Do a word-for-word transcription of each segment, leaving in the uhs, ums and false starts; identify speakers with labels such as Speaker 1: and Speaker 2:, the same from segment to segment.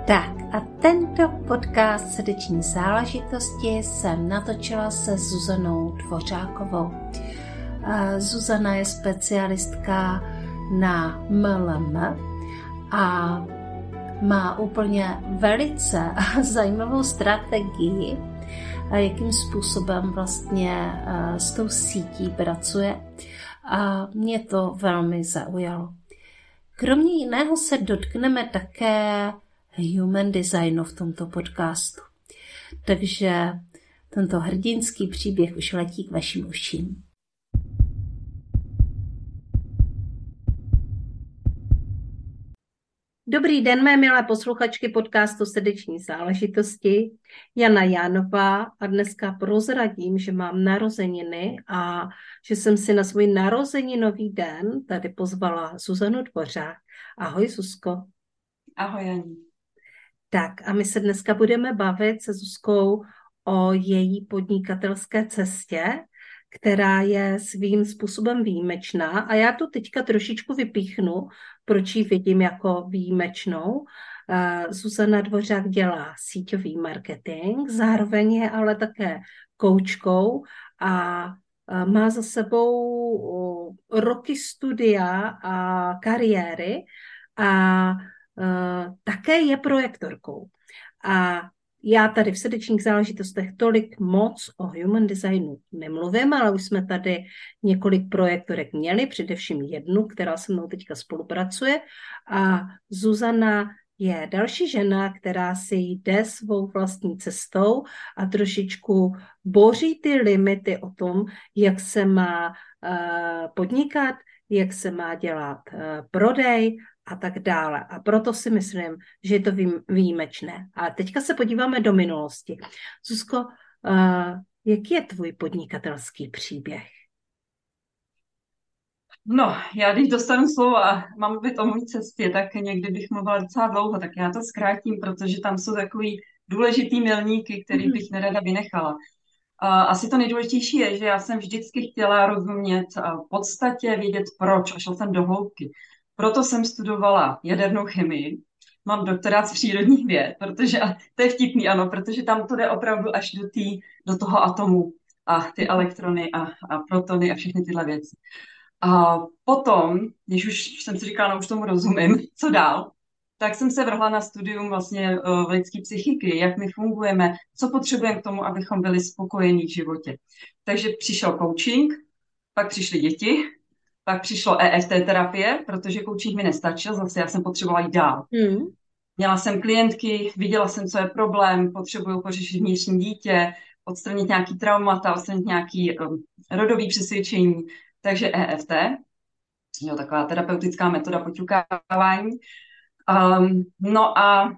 Speaker 1: Tak a tento podcast Srdeční záležitosti jsem natočila se Zuzanou Dvořákovou. Zuzana je specialistka na M L M a má úplně velice zajímavou strategii, jakým způsobem vlastně s tou sítí pracuje. A mě to velmi zaujalo. Kromě jiného se dotkneme také human designu v tomto podcastu. Takže tento hrdinský příběh už letí k vašim uším. Dobrý den, mé milé posluchačky podcastu Srdeční záležitosti. Jana Jánová a dneska prozradím, že mám narozeniny a že jsem si na svůj narozeninový den tady pozvala Zuzanu Dvořák. Ahoj, Zuzko.
Speaker 2: Ahoj, Jani.
Speaker 1: Tak a my se dneska budeme bavit se Zuzkou o její podnikatelské cestě, která je svým způsobem výjimečná. A já tu teďka trošičku vypíchnu, proč ji vidím jako výjimečnou. Zuzana Dvořák dělá síťový marketing, zároveň je ale také koučkou a má za sebou roky studia a kariéry a také je projektorkou. A já tady v srdečních záležitostech tolik moc o human designu nemluvím, ale už jsme tady několik projektorek měli, především jednu, která se mnou teďka spolupracuje. A Zuzana je další žena, která si jde svou vlastní cestou a trošičku boří ty limity o tom, jak se má uh, podnikat, jak se má dělat uh, prodej a tak dále. A proto si myslím, že je to výjimečné. A teďka se podíváme do minulosti. Zuzko, uh, jaký je tvůj podnikatelský příběh?
Speaker 2: No, já když dostanu slovo a mám mluvit o mojí cestě, tak někdy bych mluvila docela dlouho, tak já to zkrátím, protože tam jsou takový důležitý milníky, který bych nerada vynechala. Asi to nejdůležitější je, že já jsem vždycky chtěla rozumět v podstatě, vědět proč a šla jsem do hloubky. Proto jsem studovala jadernou chemii, mám doktorát z přírodních věd, protože, a to je vtipný, ano, protože tam to jde opravdu až do, tý, do toho atomu a ty elektrony a, a protony a všechny tyhle věci. A potom, když už jsem si říkala, no už tomu rozumím, co dál, tak jsem se vrhla na studium vlastně uh, lidské psychiky, jak my fungujeme, co potřebujeme k tomu, abychom byli spokojení v životě. Takže přišel coaching, pak přišly děti, pak přišlo E F T terapie, protože coaching mi nestačil, zase já jsem potřebovala jít dál. Hmm. Měla jsem klientky, viděla jsem, co je problém, potřebuju pořešit vnitřní dítě, odstranit nějaký traumata, odstranit nějaký um, rodový přesvědčení, takže E F T, jo, taková terapeutická metoda poťukávání. Um, no a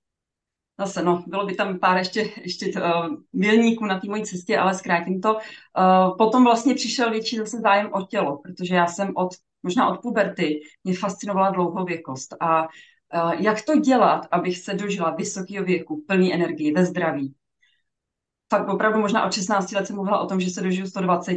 Speaker 2: zase, no, bylo by tam pár ještě, ještě uh, milníků na té mojí cestě, ale zkrátím to. Uh, potom vlastně přišel větší zase zájem o tělo, protože já jsem od, možná od puberty, mě fascinovala dlouhověkost. A uh, jak to dělat, abych se dožila vysokého věku, plný energii, ve zdraví. Fakt opravdu možná od šestnácti let jsem mluvila o tom, že se dožiju sto dvacet.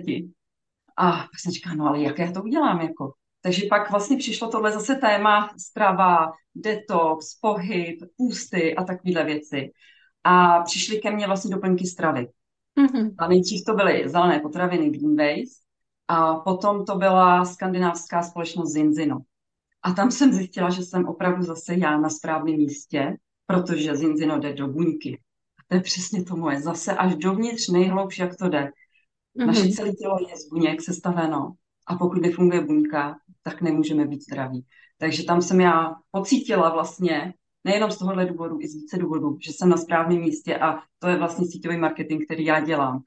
Speaker 2: A pak jsem říkala, no ale jak já to udělám, jako? Takže pak vlastně přišlo tohle zase téma strava, detox, pohyb, půsty a takovéhle věci. A přišly ke mně vlastně doplňky stravy. Mm-hmm. A nejdřív to byly zelené potraviny Greenways a potom to byla skandinávská společnost Zinzino. A tam jsem zjistila, že jsem opravdu zase já na správném místě, protože Zinzino jde do buňky. A to je přesně to moje. Zase až dovnitř nejhloubš, jak to jde. Naše mm-hmm. celé tělo je z buněk sestaveno a pokud nefunguje buňka, tak nemůžeme být zdraví. Takže tam jsem já pocítila vlastně, nejenom z tohohle důvodu, i z více důvodů, že jsem na správném místě a to je vlastně síťový marketing, který já dělám.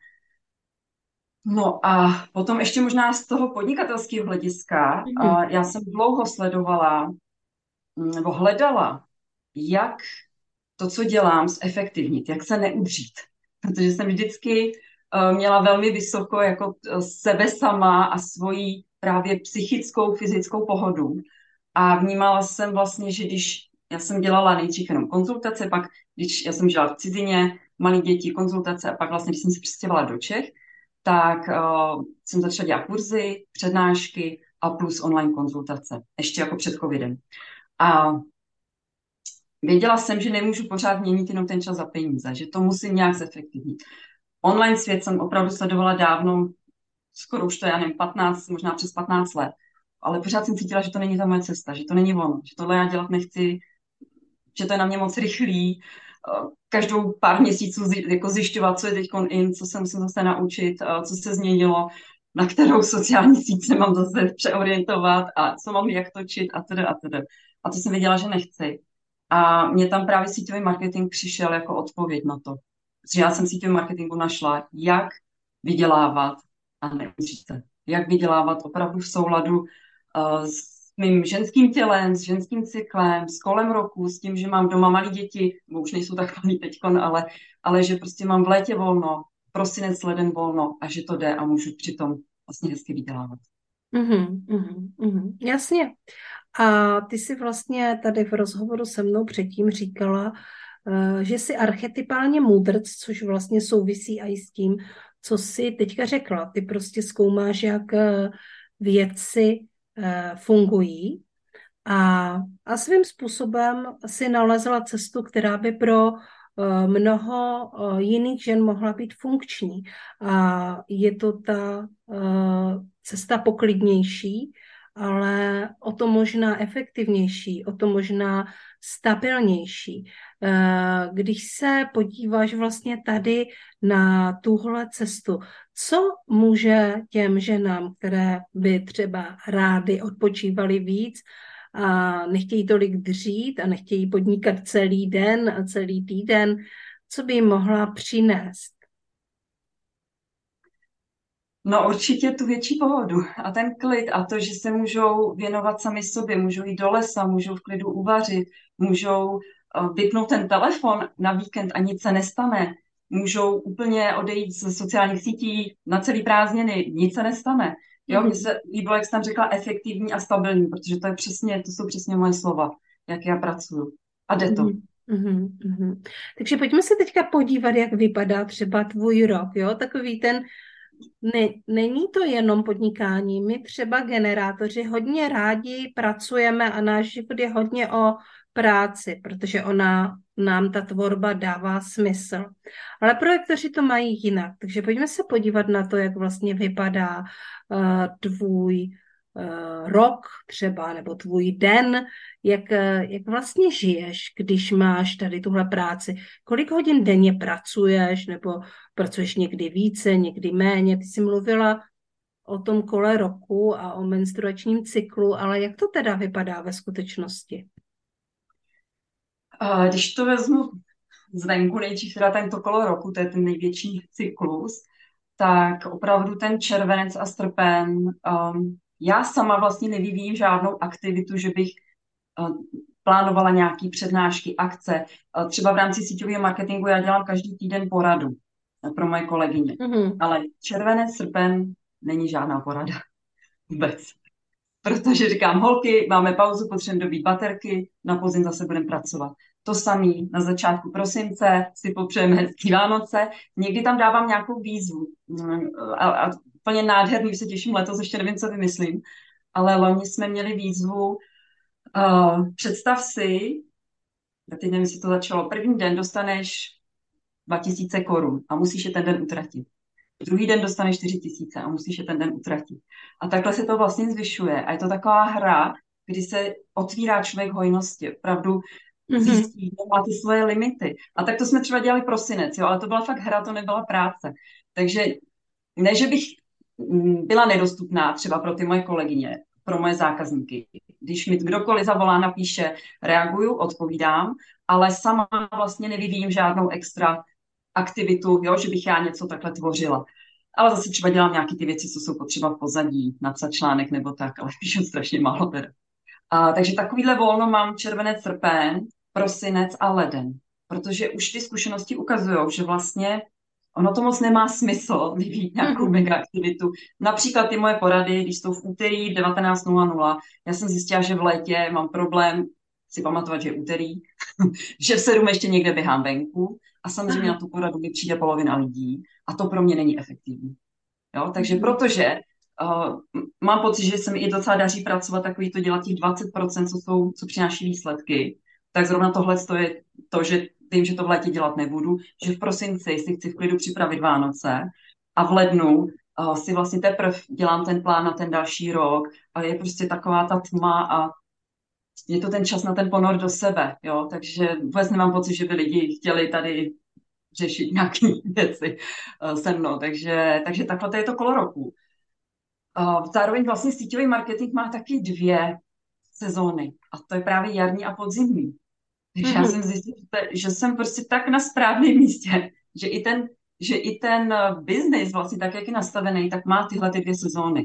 Speaker 2: No a potom ještě možná z toho podnikatelského hlediska, mm-hmm. a já jsem dlouho sledovala nebo hledala, jak to, co dělám, zefektivnit, jak se neudřít. Protože jsem vždycky měla velmi vysoko jako sebe sama a svoji právě psychickou, fyzickou pohodu. A vnímala jsem vlastně, že když já jsem dělala nejdřív jenom konzultace, pak když já jsem žila v cizině, malí děti, konzultace a pak vlastně, když jsem se přistěhovala do Čech, tak uh, jsem začala dělat kurzy, přednášky a plus online konzultace, ještě jako před covidem. A věděla jsem, že nemůžu pořád měnit jenom ten čas za peníze, že to musím nějak zefektivnit. Online svět jsem opravdu sledovala dávno, skoro už to, já nevím, patnáct, možná přes patnáct let. Ale pořád jsem cítila, že to není ta moje cesta, že to není ono, že tohle já dělat nechci, že to je na mě moc rychlý. Eh, Každou pár měsíců zji- jako zjišťovat, co je teď in, co se musím zase naučit, eh, co se změnilo, na kterou sociální síť se mám zase přeorientovat a co mám jak točit a tedy a tedy. A to jsem věděla, že nechci. A mě tam právě síťový marketing přišel jako odpověď na to. Protože já jsem síťový marketingu našla, jak vydělávat a neudržet se. Jak vydělávat opravdu v souladu uh, s mým ženským tělem, s ženským cyklem, s kolem roku, s tím, že mám doma malé děti, bo už nejsou tak malý teďkon, ale, ale že prostě mám v létě volno, prosinec, leden volno a že to jde a můžu přitom vlastně hezky vydělávat.
Speaker 1: Mhm, mhm, mhm. Jasně. A ty si vlastně tady v rozhovoru se mnou předtím říkala, eh, že jsi archetypálně můdrc, což vlastně souvisí i s tím, co jsi teďka řekla. Ty prostě zkoumáš, jak eh, věci eh, fungují a, a svým způsobem si nalezla cestu, která by pro eh, mnoho eh, jiných žen mohla být funkční. A je to ta eh, cesta poklidnější, ale o to možná efektivnější, o to možná stabilnější. Eh, Když se podíváš vlastně tady na tuhle cestu, co může těm ženám, které by třeba rády odpočívaly víc a nechtějí tolik dřít a nechtějí podnikat celý den a celý týden, co by jim mohla přinést?
Speaker 2: No určitě tu větší pohodu a ten klid a to, že se můžou věnovat sami sobě, můžou jít do lesa, můžou v klidu uvařit, můžou eh, vypnout ten telefon na víkend a nic se nestane, můžou úplně odejít ze sociálních sítí na celý prázdniny, nic se nestane. Jo, mně
Speaker 1: Mhm,
Speaker 2: se líbilo, jak jsi tam řekla, efektivní a stabilní, protože to je přesně, to jsou přesně moje slova, jak já pracuju. A jde to.
Speaker 1: mhm, mhm, mhm. Takže pojďme se teďka podívat, jak vypadá třeba tvůj rok, jo? Takový ten, ne, není to jenom podnikání. My třeba generátoři hodně rádi pracujeme a náš život je hodně o práci, protože ona nám ta tvorba dává smysl. Ale projektoři to mají jinak, takže pojďme se podívat na to, jak vlastně vypadá uh, tvůj uh, rok třeba, nebo tvůj den, jak, uh, jak vlastně žiješ, když máš tady tuhle práci. Kolik hodin denně pracuješ, nebo pracuješ někdy více, někdy méně. Ty jsi mluvila o tom kole roku a o menstruačním cyklu, ale jak to teda vypadá ve skutečnosti?
Speaker 2: A když to vezmu zvenku, nejdřív teda tento kolo roku, to je ten největší cyklus, tak opravdu ten červenec a srpen, um, já sama vlastně nevyvíjím žádnou aktivitu, že bych uh, plánovala nějaké přednášky, akce. Uh, třeba v rámci síťového marketingu já dělám každý týden poradu uh, pro moje kolegyně.
Speaker 1: Mhm.
Speaker 2: Ale červenec, srpen není žádná porada. Vůbec. Protože říkám, holky, máme pauzu, potřebujeme dobít baterky, na podzim zase budeme pracovat. To samé na začátku prosince si popřejeme hezký Vánoce. Někdy tam dávám nějakou výzvu. A, a úplně nádherný, už se těším letos, ještě nevím, co vymyslím. Ale loni jsme měli výzvu, uh, představ si, já teď nevím, jestli to začalo, první den dostaneš dva tisíce korun a musíš je ten den utratit. Druhý den dostaneš čtyři tisíce a musíš je ten den utratit. A takhle se to vlastně zvyšuje. A je to taková hra, kdy se otvírá člověk hojnosti. Opravdu
Speaker 1: Mhm.
Speaker 2: zjistí, že má ty svoje limity. A tak to jsme třeba dělali prosinec, jo, ale to byla fakt hra, to nebyla práce. Takže ne, že bych mm, byla nedostupná třeba pro ty moje kolegyně, pro moje zákazníky. Když mi kdokoliv zavolá, napíše, reaguju, odpovídám, ale sama vlastně nevyvíjím žádnou extra aktivitu, jo, že bych já něco takhle tvořila. Ale zase třeba dělám nějaké ty věci, co jsou potřeba v pozadí, napsat článek nebo tak, ale píšu strašně málo teda. A, takže takovýhle volno mám červenec, srpen, prosinec a leden. Protože už ty zkušenosti ukazují, že vlastně ono to moc nemá smysl vyvíjet nějakou
Speaker 1: Mhm.
Speaker 2: mega aktivitu. Například ty moje porady, když jsou v úterý v devatenáct nula nula, já jsem zjistila, že v létě mám problém si pamatovat, že je úterý, že v sedm ještě někde běhám venku a samozřejmě
Speaker 1: Aha.
Speaker 2: na tu poradu mi přijde polovina lidí a to pro mě není efektivní. Jo? Takže
Speaker 1: Mhm.
Speaker 2: protože uh, mám pocit, že se mi i docela daří pracovat takový to dělat těch dvacet procent, co, jsou, co přináší výsledky tak zrovna tohle to je to, že vím, že to v létě dělat nebudu, že v prosinci si chci v klidu připravit Vánoce a v lednu uh, si vlastně teprve dělám ten plán na ten další rok a je prostě taková ta tma a je to ten čas na ten ponor do sebe, jo, takže vůbec nemám pocit, že by lidi chtěli tady řešit nějaké věci uh, se mnou, takže, takže takhle to je to kolo roku. Uh, zároveň vlastně síťový marketing má taky dvě sezóny a to je právě jarní a podzimní. Takže já
Speaker 1: Mhm.
Speaker 2: jsem zjistila, že jsem prostě tak na správném místě, že i ten, že i ten uh, biznis vlastně tak, jak je nastavený, tak má tyhle ty dvě sezóny.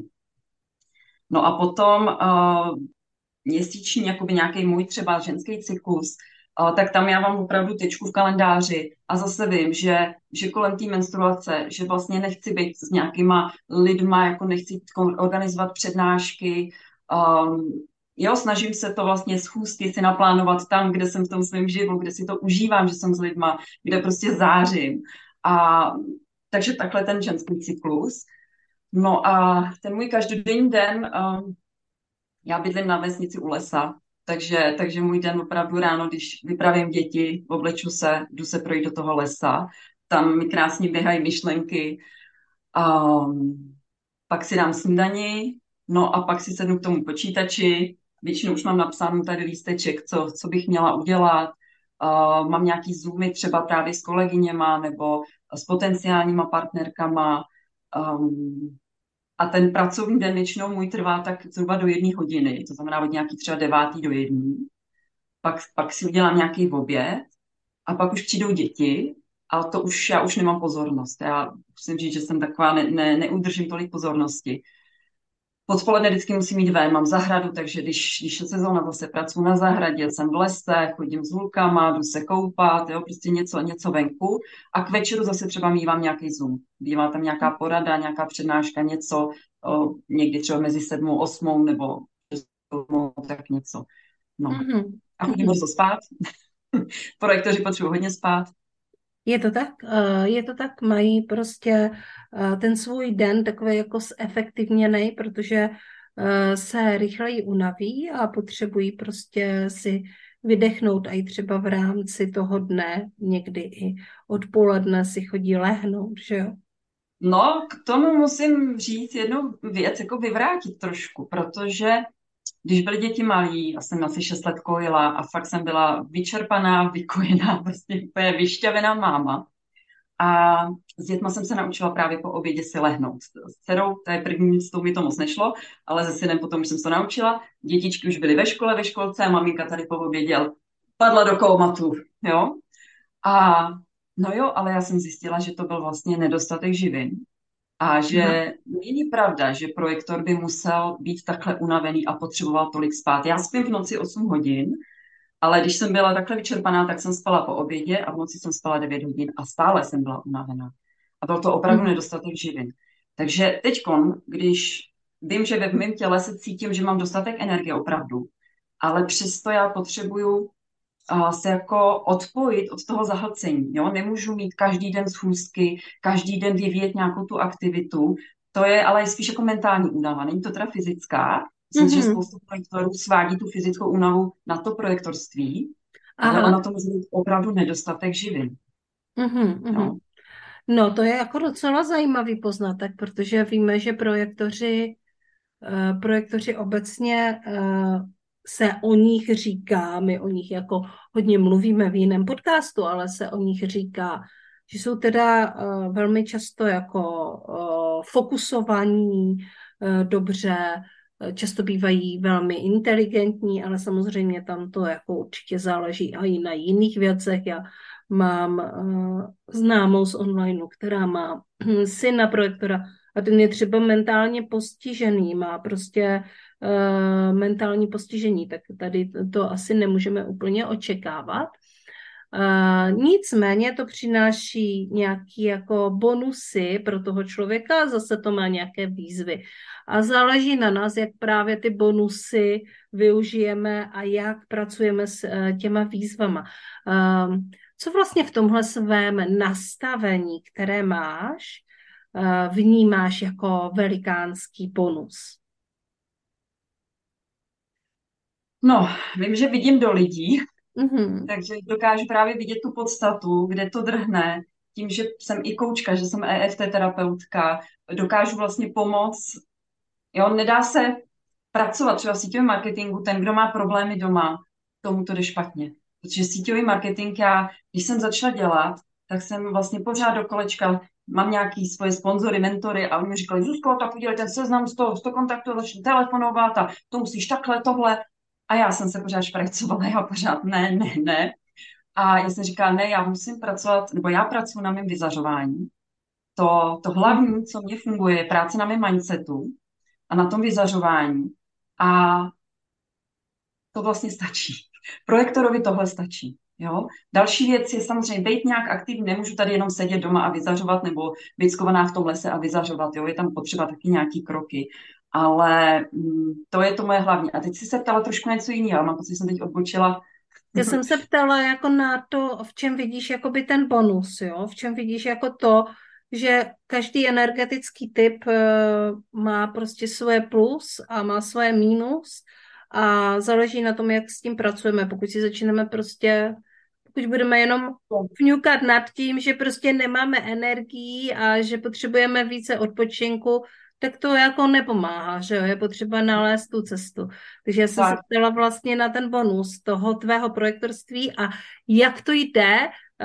Speaker 2: No a potom uh, měsíční, jakoby nějaký můj třeba ženský cyklus, uh, tak tam já mám opravdu tečku v kalendáři a zase vím, že, že kolem té menstruace, že vlastně nechci být s nějakýma lidma, jako nechci organizovat přednášky, um, jo, snažím se to vlastně schůzky si naplánovat tam, kde jsem v tom svém živu, kde si to užívám, že jsem s lidma, kde prostě zářím. A takže takhle ten ženský cyklus. No a ten můj každodenní den, um, já bydlím na vesnici u lesa, takže, takže můj den opravdu ráno, když vypravím děti, obleču se, jdu se projít do toho lesa, tam mi krásně běhají myšlenky, um, pak si dám snídani, no a pak si sednu k tomu počítači, většinou už mám napsáno tady lísteček, co, co bych měla udělat, uh, mám nějaký zoomy třeba právě s kolegyněma nebo s potenciálníma partnerkama, um, a ten pracovní den většinou můj trvá tak zhruba do jedné hodiny, to znamená od nějaký třeba devátý do jedné. Pak, pak si udělám nějaký oběd a pak už přijdou děti a to už já už nemám pozornost. Já musím říct, že jsem taková, ne, ne, neudržím tolik pozornosti. Odpoledne vždycky musím jít ven, mám zahradu, takže když, když je sezóna, zase pracuji na zahradě, jsem v lese, chodím s hulkama, jdu se koupat, jo, prostě něco, něco venku. A k večeru zase třeba mívám nějaký Zoom. Bývá tam nějaká porada, nějaká přednáška, něco, o, někdy třeba mezi sedmou, osmou nebo osmou, tak něco. No.
Speaker 1: Mhm.
Speaker 2: A chodím
Speaker 1: Mhm.
Speaker 2: brzo spát. Projektoři potřebují hodně spát.
Speaker 1: Je to tak? Eh, Je to tak? Mají prostě eh, ten svůj den takový jako zefektivněný, protože eh, se rychleji unaví a potřebují prostě si vydechnout a i třeba v rámci toho dne, někdy i odpoledne si chodí lehnout, že jo?
Speaker 2: No, k tomu musím říct jednu věc, jako vyvrátit trošku, protože když byly děti malí, já jsem asi šest let kojila a fakt jsem byla vyčerpaná, vykojená, prostě úplně vyšťavená máma. A s dětma jsem se naučila právě po obědě si lehnout. S dcerou, to je první, s tou mi to moc nešlo, ale se synem potom už jsem se to naučila. Dětičky už byly ve škole, ve školce a maminka tady po obědě padla do kómatu, jo. A no jo, ale já jsem zjistila, že to byl vlastně nedostatek živin. A
Speaker 1: Aha.
Speaker 2: že není pravda, že projektor by musel být takhle unavený a potřeboval tolik spát. Já spím v noci osm hodin, ale když jsem byla takhle vyčerpaná, tak jsem spala po obědě a v noci jsem spala devět hodin a stále jsem byla unavená. A byl to opravdu
Speaker 1: Mhm.
Speaker 2: nedostatek živin. Takže teďkon, když vím, že ve mém těle se cítím, že mám dostatek energie opravdu, ale přesto já potřebuju a se jako odpojit od toho zahlcení. Jo? Nemůžu mít každý den schůzky, každý den vyvíjet nějakou tu aktivitu. To je ale spíš jako mentální únava. Není to teda fyzická. Myslím si, že
Speaker 1: Mhm.
Speaker 2: spoustu projektorů svádí tu fyzickou únavu na to projektorství, ale
Speaker 1: Aha.
Speaker 2: ono to může být opravdu nedostatek živin.
Speaker 1: Mhm.
Speaker 2: Jo?
Speaker 1: Mhm. No, to je jako docela zajímavý poznatek, protože víme, že projektoři Eh, projektoři obecně eh, se o nich říká, my o nich jako hodně mluvíme v jiném podcastu, ale se o nich říká, že jsou teda eh, velmi často jako eh, fokusovaní eh, dobře, eh, často bývají velmi inteligentní, ale samozřejmě tam to jako určitě záleží i na jiných věcech. Já mám eh, známou z onlineu, která má syna projektora, a ten je třeba mentálně postižený, má prostě uh, mentální postižení, tak tady to asi nemůžeme úplně očekávat. Uh, nicméně to přináší nějaký jako bonusy pro toho člověka a zase to má nějaké výzvy. A záleží na nás, jak právě ty bonusy využijeme a jak pracujeme s uh, těma výzvama. Uh, co vlastně v tomhle svém nastavení, které máš, uh, vnímáš jako velikánský bonus?
Speaker 2: No, vím, že vidím do lidí
Speaker 1: Mhm.
Speaker 2: Takže dokážu právě vidět tu podstatu, kde to drhne, tím, že jsem i koučka, že jsem E F T terapeutka, dokážu vlastně pomoct. Jo, nedá se pracovat třeba v síťovém marketingu, ten, kdo má problémy doma, tomu to jde špatně. Protože síťový marketing, já, když jsem začala dělat, tak jsem vlastně pořád do kolečka, mám nějaký svoje sponzory, mentory a oni mi říkali, Zuzko, tak udělej ten seznam z toho, sto kontaktů, začni telefonovat a to musíš takhle, tohle. A já jsem se pořád šprajcovala, já pořád ne, ne, ne. A já jsem říkala, ne, já musím pracovat, nebo já pracuji na mém vyzařování. To, to
Speaker 1: Mhm.
Speaker 2: hlavní, co mě funguje, je práce na mém mindsetu a na tom vyzařování. A to vlastně stačí. Projektorovi tohle stačí. Jo? Další věc je samozřejmě být nějak aktivní. Nemůžu tady jenom sedět doma a vyzařovat nebo být skovaná v tom lese a vyzařovat. Jo? Je tam potřeba taky nějaký kroky. Ale mm, to je to moje hlavní. A teď si se ptala trošku něco jiného, ale mám pocit, že jsem teď odbočila.
Speaker 1: Já jsem se ptala jako na to, v čem vidíš jakoby ten bonus, jo? V čem vidíš jako to, že každý energetický typ eh, má prostě svoje plus a má svoje mínus a záleží na tom, jak s tím pracujeme. Pokud si začneme prostě, pokud budeme jenom fňukat nad tím, že prostě nemáme energii a že potřebujeme více odpočinku, tak to jako nepomáhá, že jo? Je potřeba nalézt tu cestu. Takže já jsem se
Speaker 2: Tak,
Speaker 1: ptala vlastně na ten bonus toho tvého projektorství a jak to jde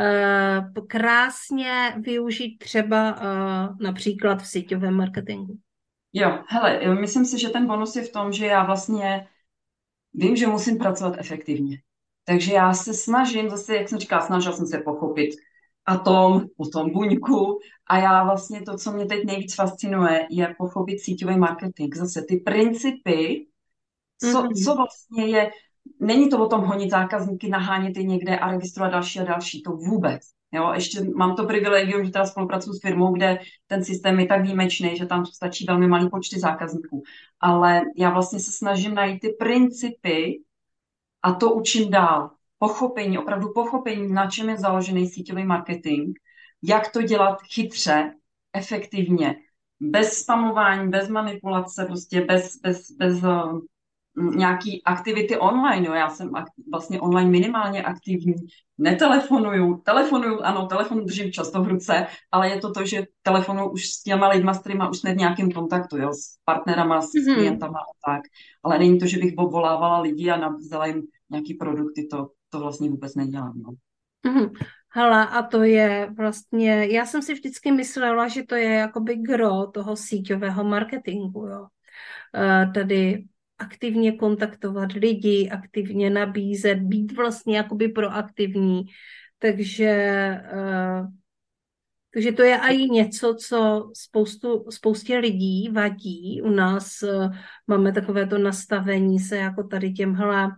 Speaker 1: uh, krásně využít třeba uh, například v síťovém marketingu.
Speaker 2: jo, hele, myslím si, že ten bonus je v tom, že já vlastně vím, že musím pracovat efektivně. Takže já se snažím, zase, jak jsem říkala, snažila jsem se pochopit atom, potom buňku a já vlastně to, co mě teď nejvíc fascinuje, je pochopit síťový marketing. Zase ty principy, co, co
Speaker 1: Mhm.
Speaker 2: vlastně je, není to o tom honit zákazníky, nahánět je někde a registrovat další a další, to vůbec. Jo, ještě mám to privilegium, že teda spolupracuji s firmou, kde ten systém je tak výjimečný, že tam stačí velmi malý počty zákazníků. Ale já vlastně se snažím najít ty principy a to učím dál. Pochopení, opravdu pochopení, na čem je založený síťový marketing, jak to dělat chytře, efektivně, bez spamování, bez manipulace, prostě bez, bez, bez uh, nějaký aktivity online. Jo. Já jsem ak- vlastně online minimálně aktivní, netelefonuju, telefonuju, ano, telefon držím často v ruce, ale je to to, že telefonuju už s těma lidma, s kterýma už jsme v nějakém kontaktu, jo, s partnerama, s
Speaker 1: Mhm.
Speaker 2: klientama a tak. Ale není to, že bych obvolávala lidi a nabízela jim nějaký produkty, to, to vlastně vůbec nedělám. No.
Speaker 1: Mhm. Hele, a to je vlastně, já jsem si vždycky myslela, že to je jakoby gro toho síťového marketingu, jo. Eh, Tady aktivně kontaktovat lidi, aktivně nabízet, být vlastně jakoby proaktivní. Takže, eh, takže to je i něco, co spoustu, spoustě lidí vadí. U nás eh, máme takovéto nastavení se jako tady těmhle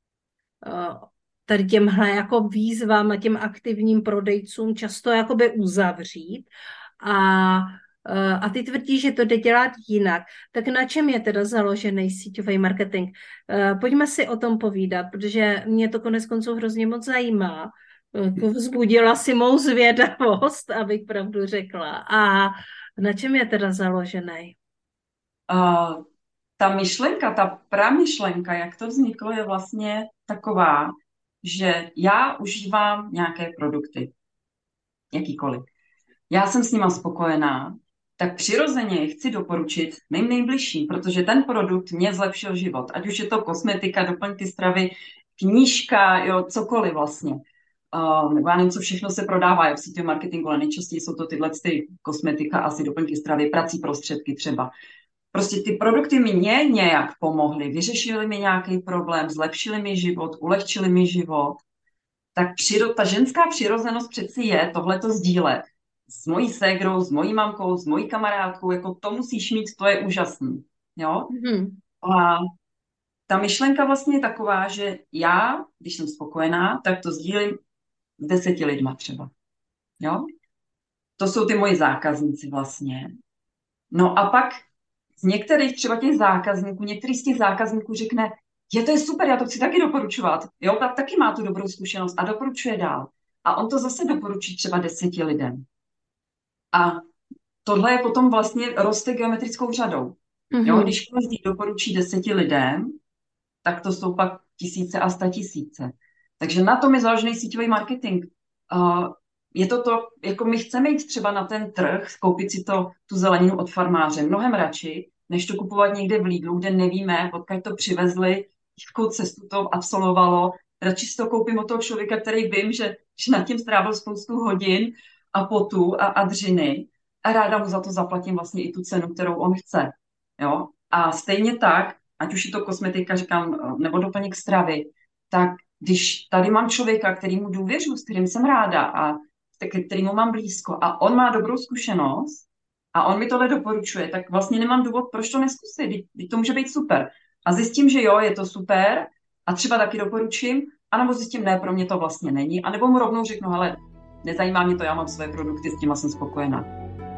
Speaker 1: eh, tady těmhle jako výzvám a těm aktivním prodejcům často jakoby uzavřít. A, eh, a ty tvrdí, že to jde dělat jinak. Tak na čem je teda založený síťový marketing? Eh, Pojďme si o tom povídat, protože mě to konec konců hrozně moc zajímá. Eh, Vzbudila si mou zvědavost, abych pravdu řekla. A na čem je teda založený?
Speaker 2: Uh, ta myšlenka, ta pramyšlenka, jak to vzniklo, je vlastně taková, že já užívám nějaké produkty, jakýkoliv. Já jsem s nima spokojená, tak přirozeně je chci doporučit mým nejbližším, protože ten produkt mě zlepšil život. Ať už je to kosmetika, doplňky stravy, knížka, jo, cokoliv vlastně. Uh, nebo já nevím, co všechno se prodává v síti marketingu, ale nejčastěji jsou to tyhle ty kosmetika, asi doplňky stravy, prací prostředky třeba. Prostě ty produkty mi nějak pomohly, vyřešily mi nějaký problém, zlepšily mi život, ulehčily mi život. Tak přiro, ta ženská přirozenost přeci je tohleto sdílet s mojí ségrou, s mojí mamkou, s mojí kamarádkou, jako to musíš mít, to je úžasný. Jo?
Speaker 1: Mhm.
Speaker 2: A ta myšlenka vlastně je taková, že já, když jsem spokojená, tak to sdílím s deseti lidma třeba. Jo? To jsou ty moji zákazníci vlastně. No a pak z některých třeba těch zákazníků, některý z těch zákazníků řekne, je to je super, já to chci taky doporučovat. Jo, tak taky má tu dobrou zkušenost a doporučuje dál. A on to zase doporučí třeba deseti lidem. A tohle je potom vlastně roste geometrickou řadou. Jo,
Speaker 1: Mhm.
Speaker 2: když každý doporučí deseti lidem, tak to jsou pak tisíce a statisíce. Takže na tom je založený síťový marketing. Uh, je to to, jako my chceme jít třeba na ten trh, koupit si to, tu zeleninu od farmáře, mnohem radši, než to kupovat někde v Lidlu, kde nevíme, odkud to přivezli, jakou cestu to absolvovalo. Radši si to koupím od toho člověka, který vím, že, že nad tím strávil spoustu hodin a potu a, a dřiny a ráda mu za to zaplatím vlastně i tu cenu, kterou on chce. Jo? A stejně tak, ať už je to kosmetika, říkám, nebo doplněk stravy, tak když tady mám člověka, kterýmu důvěřuji, s kterým jsem ráda a kterýmu mám blízko a on má dobrou zkušenost a on mi tohle doporučuje, tak vlastně nemám důvod, proč to neskusit. Teď to může být super. A zjistím, že jo, je to super a třeba taky doporučím, anebo zjistím, ne, pro mě to vlastně není, anebo mu rovnou řeknu, hele, nezajímá mě to, já mám své produkty, s těma jsem spokojená.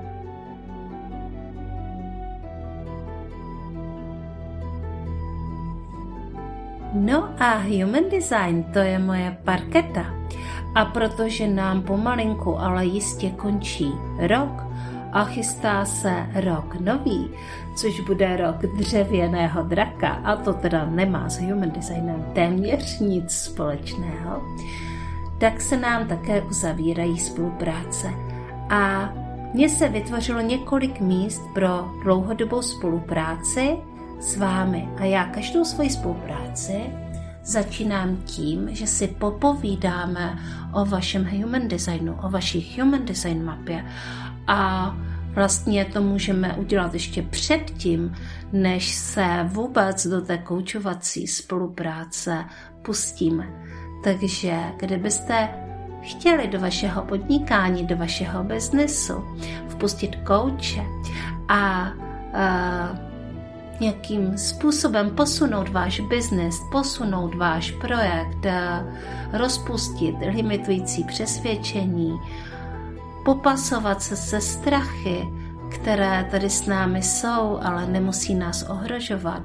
Speaker 1: No a Human Design, to je moje parketa. A protože nám pomalinku, ale jistě končí rok a chystá se rok nový, což bude rok dřevěného draka, a to teda nemá s Human Designem téměř nic společného, tak se nám také uzavírají spolupráce. A mně se vytvořilo několik míst pro dlouhodobou spolupráci s vámi. A já každou svoji spolupráci začínám tím, že si popovídáme o vašem Human Designu, o vaší Human Design mapě. A vlastně to můžeme udělat ještě předtím, než se vůbec do té koučovací spolupráce pustíme. Takže kdybyste chtěli do vašeho podnikání, do vašeho biznesu vpustit kouče a uh, nějakým způsobem posunout váš biznes, posunout váš projekt, rozpustit limitující přesvědčení, popasovat se se strachy, které tady s námi jsou, ale nemusí nás ohrožovat.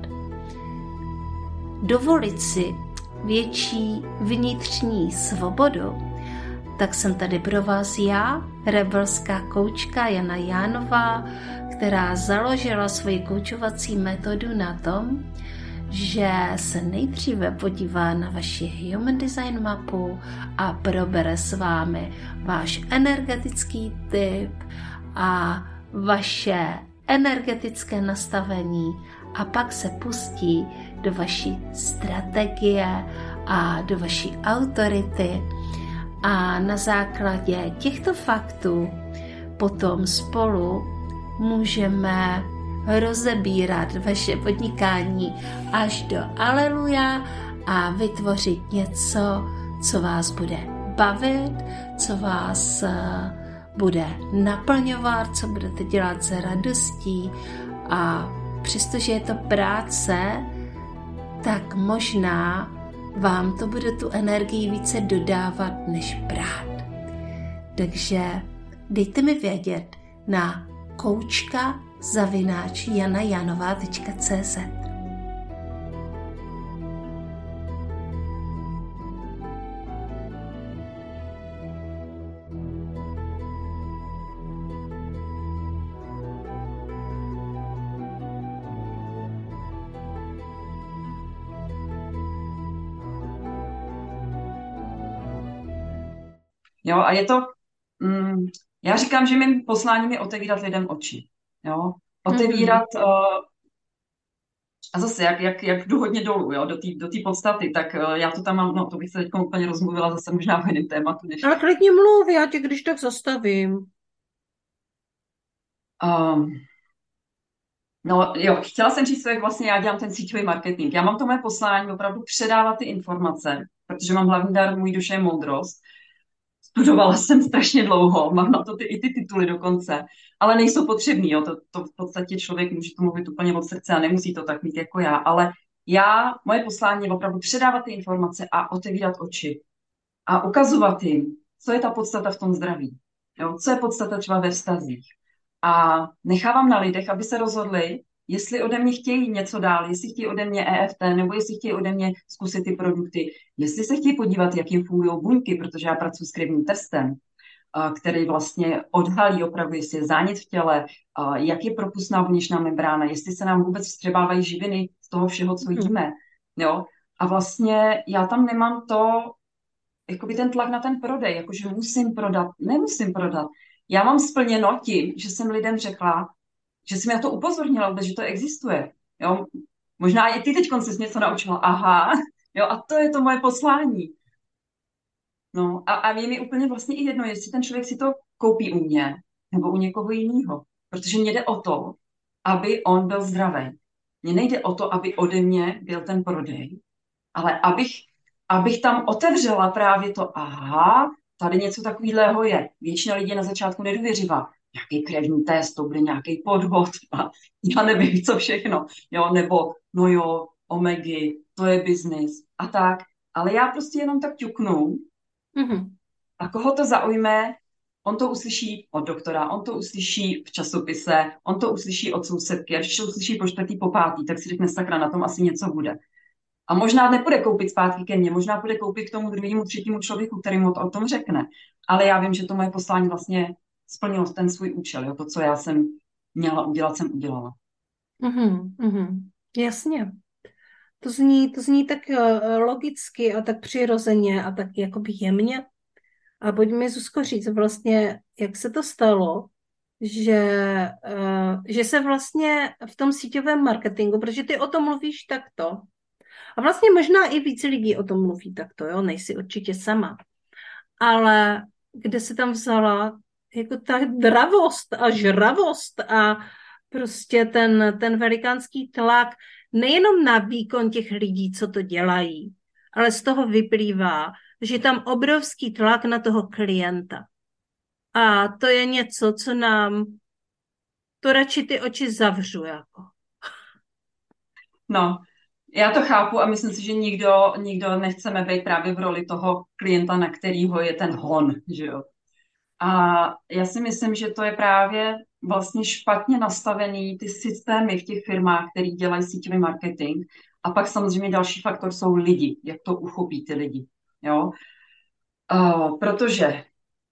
Speaker 1: Dovolit si větší vnitřní svobodu, tak jsem tady pro vás já, rebelská koučka Jana Jánová, která založila svoji koučovací metodu na tom, že se nejdříve podívá na vaši Human Design mapu a probere s vámi váš energetický typ a vaše energetické nastavení a pak se pustí do vaší strategie a do vaší autority a na základě těchto faktů potom spolu můžeme rozebírat vaše podnikání až do aleluja a vytvořit něco, co vás bude bavit, co vás bude naplňovat, co budete dělat s radostí a přestože je to práce, tak možná vám to bude tu energii více dodávat než brát. Takže dejte mi vědět na koučka zavináč jana janová tečka cé zet.
Speaker 2: Jo, a je to, mm, já říkám, že mým posláním je otevírat lidem oči. Jo? Otevírat, mm-hmm. uh, a zase, jak, jak, jak jdu hodně dolů, jo, do té do té podstaty, tak uh, já to tam mám, no to bych se teď úplně rozmluvila zase možná o jiném tématu. Než...
Speaker 1: Ale klidně mluv, já tě když tak zastavím.
Speaker 2: Um, no jo, chtěla jsem říct, jak vlastně já dělám ten síťový marketing. Já mám to moje poslání opravdu předávat ty informace, protože mám hlavní dar, můj duše je moudrost. Studovala jsem strašně dlouho, mám na to ty, i ty tituly dokonce, ale nejsou potřebný, jo. To, to v podstatě člověk může to mluvit úplně od srdce a nemusí to tak mít jako já, ale já, moje poslání je opravdu předávat ty informace a otevírat oči a ukazovat jim, co je ta podstata v tom zdraví, jo. Co je podstata třeba ve vztazích. A nechávám na lidech, aby se rozhodli, jestli ode mě chtějí něco dál, jestli chtějí ode mě E F T, nebo jestli chtějí ode mě zkusit ty produkty, jestli se chtějí podívat, jak jim fungují buňky, protože já pracuji s krevním testem, který vlastně odhalí opravdu, jestli je zánět v těle, jak je propustná buněčná membrána, jestli se nám vůbec vstřebávají živiny z toho všeho, co jíme. Jo? A vlastně já tam nemám to, jakoby ten tlak na ten prodej, jakože musím prodat, nemusím prodat. Já mám splněno tím, že jsem lidem řekla, že jsem na to upozornila vůbec, že to existuje. Jo? Možná i ty teď jsi něco naučila. Aha, jo, a to je to moje poslání. No a, a je mi úplně vlastně i jedno, jestli ten člověk si to koupí u mě nebo u někoho jiného. Protože mně jde o to, aby on byl zdravý. Mně nejde o to, aby ode mě byl ten prodej, ale abych, abych tam otevřela právě to, aha, tady něco takového je. Většina lidí je na začátku nedůvěřivá. Nějaký krevní test, to bude nějaký podvod a já nevím, co všechno. Jo, nebo, no jo, omegy, to je biznis a tak. Ale já prostě jenom tak ťuknu
Speaker 1: Mm-hmm.
Speaker 2: a koho to zaujme, on to uslyší od doktora, on to uslyší v časopise, on to uslyší od sousedky, a když to uslyší po čtvrtý, po pátý, tak si řekne, sakra, na tom asi něco bude. A možná nepůjde koupit zpátky ke mně, možná půjde koupit k tomu druhému, třetímu člověku, který mu to o tom řekne. Ale já vím, že to moje poslání vlastně splnilo ten svůj účel. Jo? To, co já jsem měla udělat, jsem udělala.
Speaker 1: Mm-hmm. Mm-hmm. Jasně. To zní, to zní tak uh, logicky a tak přirozeně a tak jakoby jemně. A pojď mi, Zuzko, říct vlastně, jak se to stalo, že, uh, že se vlastně v tom síťovém marketingu, protože ty o tom mluvíš takto, a vlastně možná i víc lidí o tom mluví takto, jo, nejsi určitě sama, ale kde se tam vzala jako ta dravost a žravost a prostě ten, ten velikánský tlak nejenom na výkon těch lidí, co to dělají, ale z toho vyplývá, že je tam obrovský tlak na toho klienta. A to je něco, co nám, to radši ty oči zavřu, jako.
Speaker 2: No, já to chápu a myslím si, že nikdo, nikdo nechceme být právě v roli toho klienta, na kterýho je ten hon, že jo. A já si myslím, že to je právě vlastně špatně nastavený ty systémy v těch firmách, které dělají síťový marketing. A pak samozřejmě další faktor jsou lidi, jak to uchopí ty lidi. Jo? Uh, protože,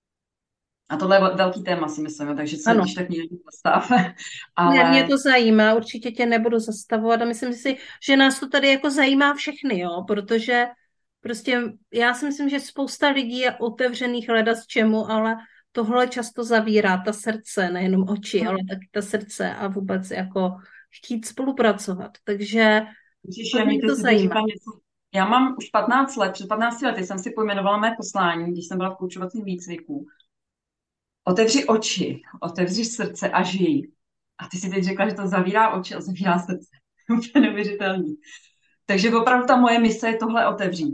Speaker 2: a tohle je velký téma, si myslím, takže se
Speaker 1: Ano.
Speaker 2: když tak mě zastav.
Speaker 1: Ne, mě
Speaker 2: Ale
Speaker 1: to zajímá, určitě tě nebudu zastavovat a myslím si, že nás to tady jako zajímá všechny, jo, protože prostě já si myslím, že spousta lidí je otevřených hledat z čemu, ale tohle často zavírá ta srdce, nejenom oči, ale taky ta srdce a vůbec jako chtít spolupracovat, takže
Speaker 2: Ježiši,
Speaker 1: mě
Speaker 2: mě ty
Speaker 1: to
Speaker 2: si teď
Speaker 1: zajímá.
Speaker 2: říkám něco. Já mám už patnáct let, před patnácti lety jsem si pojmenovala mé poslání, když jsem byla v koučovacím výcviku. Otevři oči, otevři srdce a žij. A ty si teď řekla, že to zavírá oči a zavírá srdce. Úplně neuvěřitelný. Takže opravdu ta moje mise je tohle otevřít.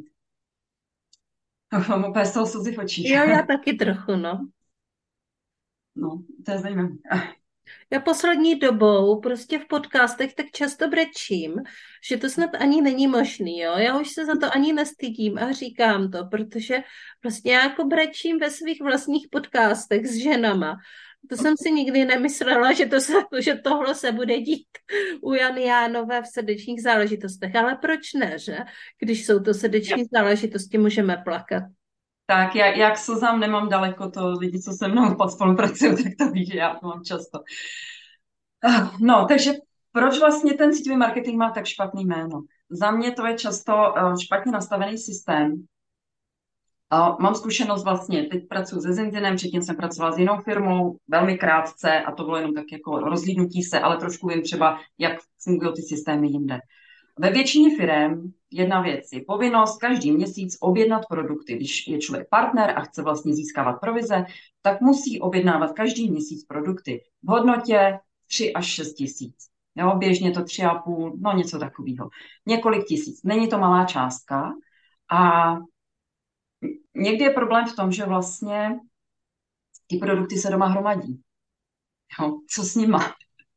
Speaker 2: Mám úplně z toho slzy v očích.
Speaker 1: Jo, já taky trochu, no.
Speaker 2: No, to je zajímavé.
Speaker 1: Já poslední dobou prostě v podcastech tak často brečím, že to snad ani není možný, jo. Já už se za to ani nestydím a říkám to, protože prostě já jako brečím ve svých vlastních podcastech s ženama. To jsem si nikdy nemyslela, že, to se, že tohle se bude dít u Jany Jánové v srdečních záležitostech. Ale proč ne, že? Když jsou to srdeční záležitosti, můžeme plakat.
Speaker 2: Tak já, já k slzám nemám daleko, to lidi, co se mnou spolupracují, tak to ví, že já to mám často. No, takže proč vlastně ten síťový marketing má tak špatný jméno? Za mě to je často špatně nastavený systém. A mám zkušenost vlastně, teď pracuji se Zinzinem, předtím jsem pracovala s jinou firmou, velmi krátce a to bylo jenom tak jako rozlídnutí se, ale trošku vím třeba, jak fungují ty systémy jinde. Ve většině firm jedna věc je povinnost každý měsíc objednat produkty. Když je člověk partner a chce vlastně získávat provize, tak musí objednávat každý měsíc produkty v hodnotě tři až šest tisíc. Jo, běžně to tři a půl, no něco takového. Několik tisíc. Není to malá částka a někdy je problém v tom, že vlastně ty produkty se doma hromadí. Jo, co s nima?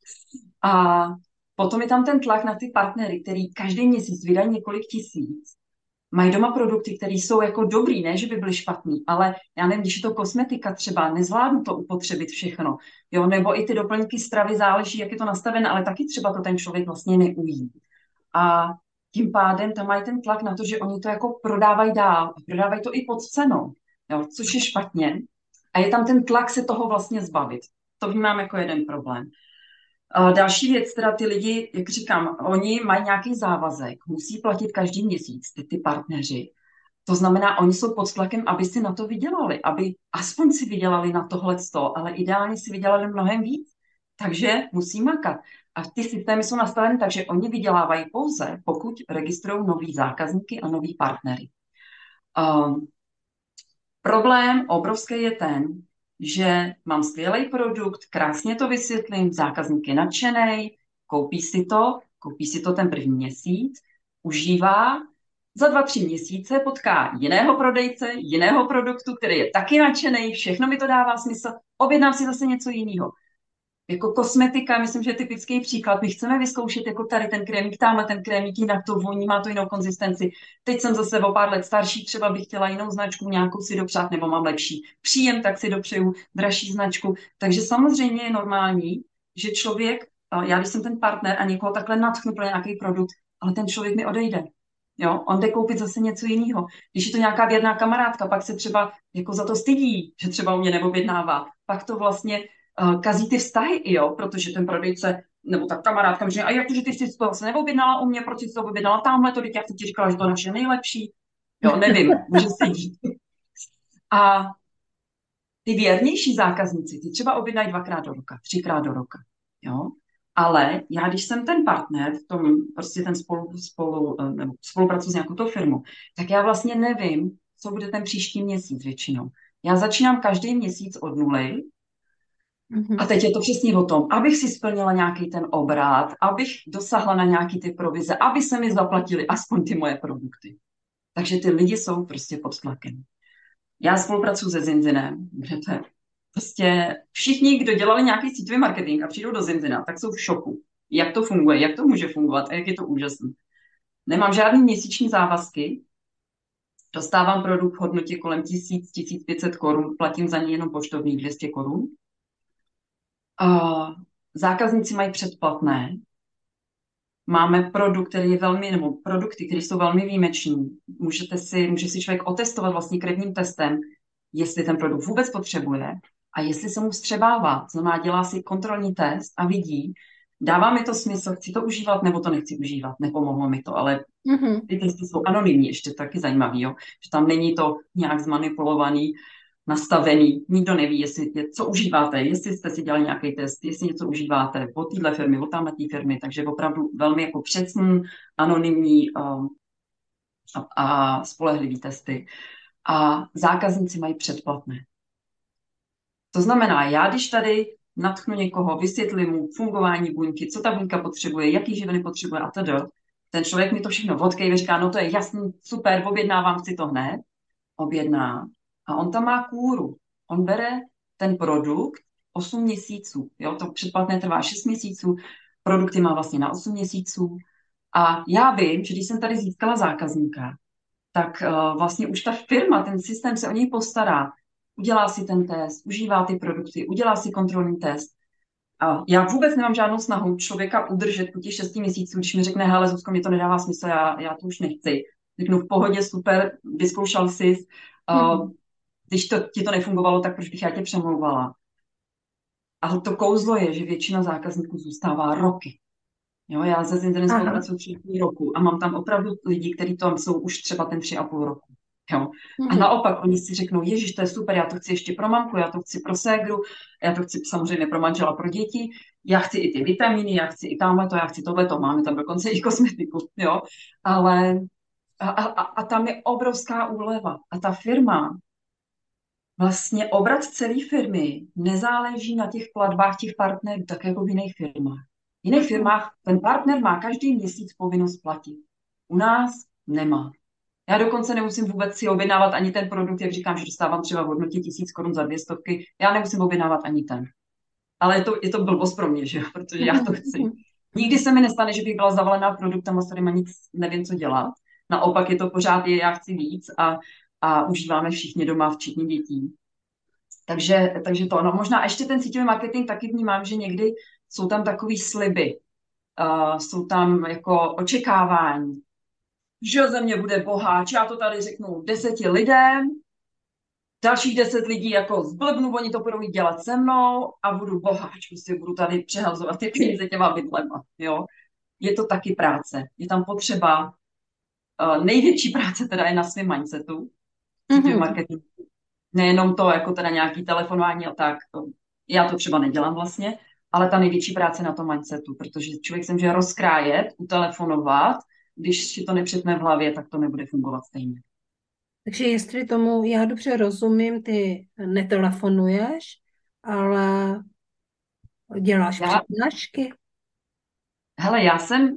Speaker 2: A potom je tam ten tlak na ty partnery, který každý měsíc vydají několik tisíc. Mají doma produkty, které jsou jako dobrý, ne, že by byly špatný, ale já nevím, když je to kosmetika třeba, nezvládnu to upotřebit všechno. Jo, nebo i ty doplňky stravy záleží, jak je to nastavené, ale taky třeba to ten člověk vlastně neují. A tím pádem tam mají ten tlak na to, že oni to jako prodávají dál a prodávají to i pod cenou, jo, což je špatně. A je tam ten tlak se toho vlastně zbavit. To vnímám jako jeden problém. A další věc, teda ty lidi, jak říkám, oni mají nějaký závazek, musí platit každý měsíc, ty, ty partneři. To znamená, oni jsou pod tlakem, aby si na to vydělali, aby aspoň si vydělali na tohleto, ale ideálně si vydělali mnohem víc. Takže musí makat. A ty systémy jsou nastaveny tak, že oni vydělávají pouze, pokud registrují nový zákazníky a nový partnery. Um, problém obrovský je ten, že mám skvělý produkt, krásně to vysvětlím, zákazník je nadšený, koupí si to, koupí si to ten první měsíc, užívá, za dva, tři měsíce potká jiného prodejce, jiného produktu, který je taky nadšený, všechno mi to dává smysl, objednám si zase něco jiného. Jako kosmetika, myslím, že je typický příklad. My chceme vyzkoušet jako tady ten krémík, tamhle ten krémík, jinak to voní, má to jinou konzistenci. Teď jsem zase o pár let starší, třeba bych chtěla jinou značku, nějakou si dopřát, nebo mám lepší příjem, tak si dopřeju dražší značku. Takže samozřejmě je normální, že člověk, já když jsem ten partner a někoho takhle natchnu pro nějaký produkt, ale ten člověk mi odejde. Jo, on jde koupit zase něco jiného. Když je to nějaká věrná kamarádka, pak se třeba jako za to stydí, že třeba u mě neobjednává. Pak to vlastně uh, kazí ty vztahy, jo, protože ten prodejce nebo ta kamarádka mi říká, a jak to, že ty jsi to vlastně neobjednala u mě, proč jsi to objednala tamhle, to teď já jsem ti říkala, že to je naše nejlepší. Jo, nevím, může se dít. A ty věrnější zákazníci, ty třeba objednají dvakrát do roka, třikrát do roka, jo. Ale já, když jsem ten partner, v tom prostě ten spolu, spolu, nebo spolupracuji s nějakou tou firmou, tak já vlastně nevím, co bude ten příští měsíc většinou. Já začínám každý měsíc od nuly a teď je to přesně o tom, abych si splnila nějaký ten obrat, abych dosáhla na nějaký ty provize, aby se mi zaplatili aspoň ty moje produkty. Takže ty lidi jsou prostě pod tlakem. Já spolupracuji se Zinzinem, kde to je prostě všichni, kdo dělali nějaký síťový marketing a přijdou do Zinzina, tak jsou v šoku. Jak to funguje, jak to může fungovat a jak je to úžasné. Nemám žádný měsíční závazky, dostávám produkt v hodnotě kolem tisíc, tisíc pět set korun, platím za něj jenom poštovní dvě stě korun. A zákazníci mají předplatné. Máme produkt, který je velmi, nebo produkty, které jsou velmi výjimeční. Můžete si, může si člověk otestovat vlastně krevním testem, jestli ten produkt vůbec potřebuje a jestli se mu vstřebává. To znamená, dělá si kontrolní test a vidí, dává mi to smysl, chci to užívat nebo to nechci užívat. Nepomohlo mi to, ale
Speaker 1: Mm-hmm.
Speaker 2: ty testy jsou anonymní, ještě taky zajímavý, jo? Že tam není to nějak zmanipulovaný, nastavený, nikdo neví, jestli je, co užíváte, jestli jste si dělali nějaký test, jestli něco užíváte od téhle firmy, od tamhle firmy, takže opravdu velmi jako přesný, anonymní um, a, a spolehlivý testy. A zákazníci mají předplatné. To znamená, já když tady natchnu někoho, vysvětlím mu fungování buňky, co ta buňka potřebuje, jaký živiny potřebuje a tedy, ten člověk mi to všechno odkejve, říká, no to je jasný, super, objednávám, chci to hned, objedná a on tam má kůru. On bere ten produkt osm měsíců, jo, to předplatné trvá šest měsíců, produkty má vlastně na osm měsíců a já vím, že když jsem tady získala zákazníka, tak uh, vlastně už ta firma, ten systém se o něj postará, udělá si ten test, užívá ty produkty, udělá si kontrolní test. A já vůbec nemám žádnou snahu člověka udržet po těch šesti měsíců, když mi řekne, hele, Zuzko, mě to nedává smysl, já, já to už nechci. Řeknu v pohodě, super, vyzkoušel jsi, uh, hmm. když to, ti to nefungovalo, tak proč bych já tě přemlouvala. Ale to kouzlo je, že většina zákazníků zůstává roky. Jo, já se Zinzinem spolupracuji tři roku a mám tam opravdu lidi, kteří tam jsou už třeba ten tři a půl roku. Jo. A naopak oni si řeknou, ježiš, to je super, já to chci ještě pro mamku, já to chci pro ségru, já to chci samozřejmě pro manžela, pro děti, já chci i ty vitamíny, já chci i tamhleto, já chci tohleto, máme tam dokonce i kosmetiku, jo. Ale a, a, a tam je obrovská úleva. A ta firma, vlastně obrat celé firmy nezáleží na těch platbách těch partnerů, tak jako v jiných firmách. V jiných firmách ten partner má každý měsíc povinnost platit. U nás nemá. Já dokonce nemusím vůbec si objednávat ani ten produkt, jak říkám, že dostávám třeba v hodnotě tisíc korun za dvě stovky, já nemusím objednávat ani ten. Ale je to, je to blbost pro mě, že? Protože já to chci. Nikdy se mi nestane, že bych byla zavalená produktama, s kterýma nic nevím, co dělat. Naopak je to pořád, je, já chci víc a, a užíváme všichni doma, včetně dětí. Takže, takže to, no možná ještě ten síťový marketing taky vnímám, že někdy jsou tam takový sliby, uh, jsou tam jako očekávání, že ze mě bude boháč, já to tady řeknu deseti lidem, dalších deset lidí jako zblbnu, oni to budou dělat se mnou a budu boháč, prostě budu tady přehazovat ty peníze těma bydlema, jo. Je to taky práce, je tam potřeba uh, největší práce teda je na svém mindsetu, síťový
Speaker 1: Mhm.
Speaker 2: marketing. Nejenom to, jako teda nějaký telefonování a tak, to, já to třeba nedělám vlastně, ale ta největší práce na tom mindsetu, protože člověk se může rozkrájet, utelefonovat, když si to nepřetne v hlavě, tak to nebude fungovat stejně.
Speaker 1: Takže jestli tomu já dobře rozumím, ty netelefonuješ, ale děláš
Speaker 2: Já,
Speaker 1: přednášky.
Speaker 2: hele, já jsem,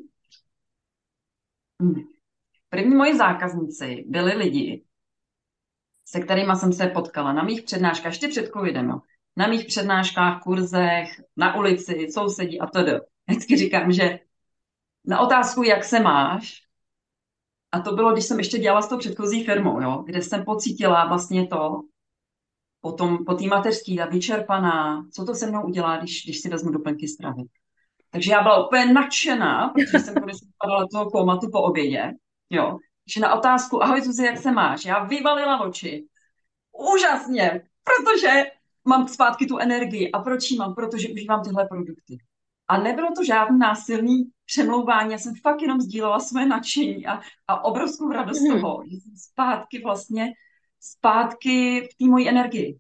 Speaker 2: hm, první moji zákazníci byli lidi, se kterými jsem se potkala na mých přednáškách, ještě před covidem, jo. Na mých přednáškách, kurzech, na ulici, sousedí a tedy. Vždycky říkám, že na otázku, jak se máš, a to bylo, když jsem ještě dělala s tou předchozí firmou, jo, kde jsem pocítila vlastně to, po tom, po té mateřský, ta vyčerpaná, co to se mnou udělá, když, když si vezmu doplňky stravy. Takže já byla úplně nadšená, protože jsem konečně padala do toho komatu po obědě, jo. Že na otázku, ahoj Zuzi, jak se máš? Já vyvalila oči. Úžasně, protože mám zpátky tu energii. A proč ji mám? Protože užívám tyhle produkty. A nebylo to žádný násilný přemlouvání, já jsem fakt jenom sdílela své nadšení a, a obrovskou radost z
Speaker 1: Mhm.
Speaker 2: toho, že jsem zpátky vlastně, zpátky v té mojí energii.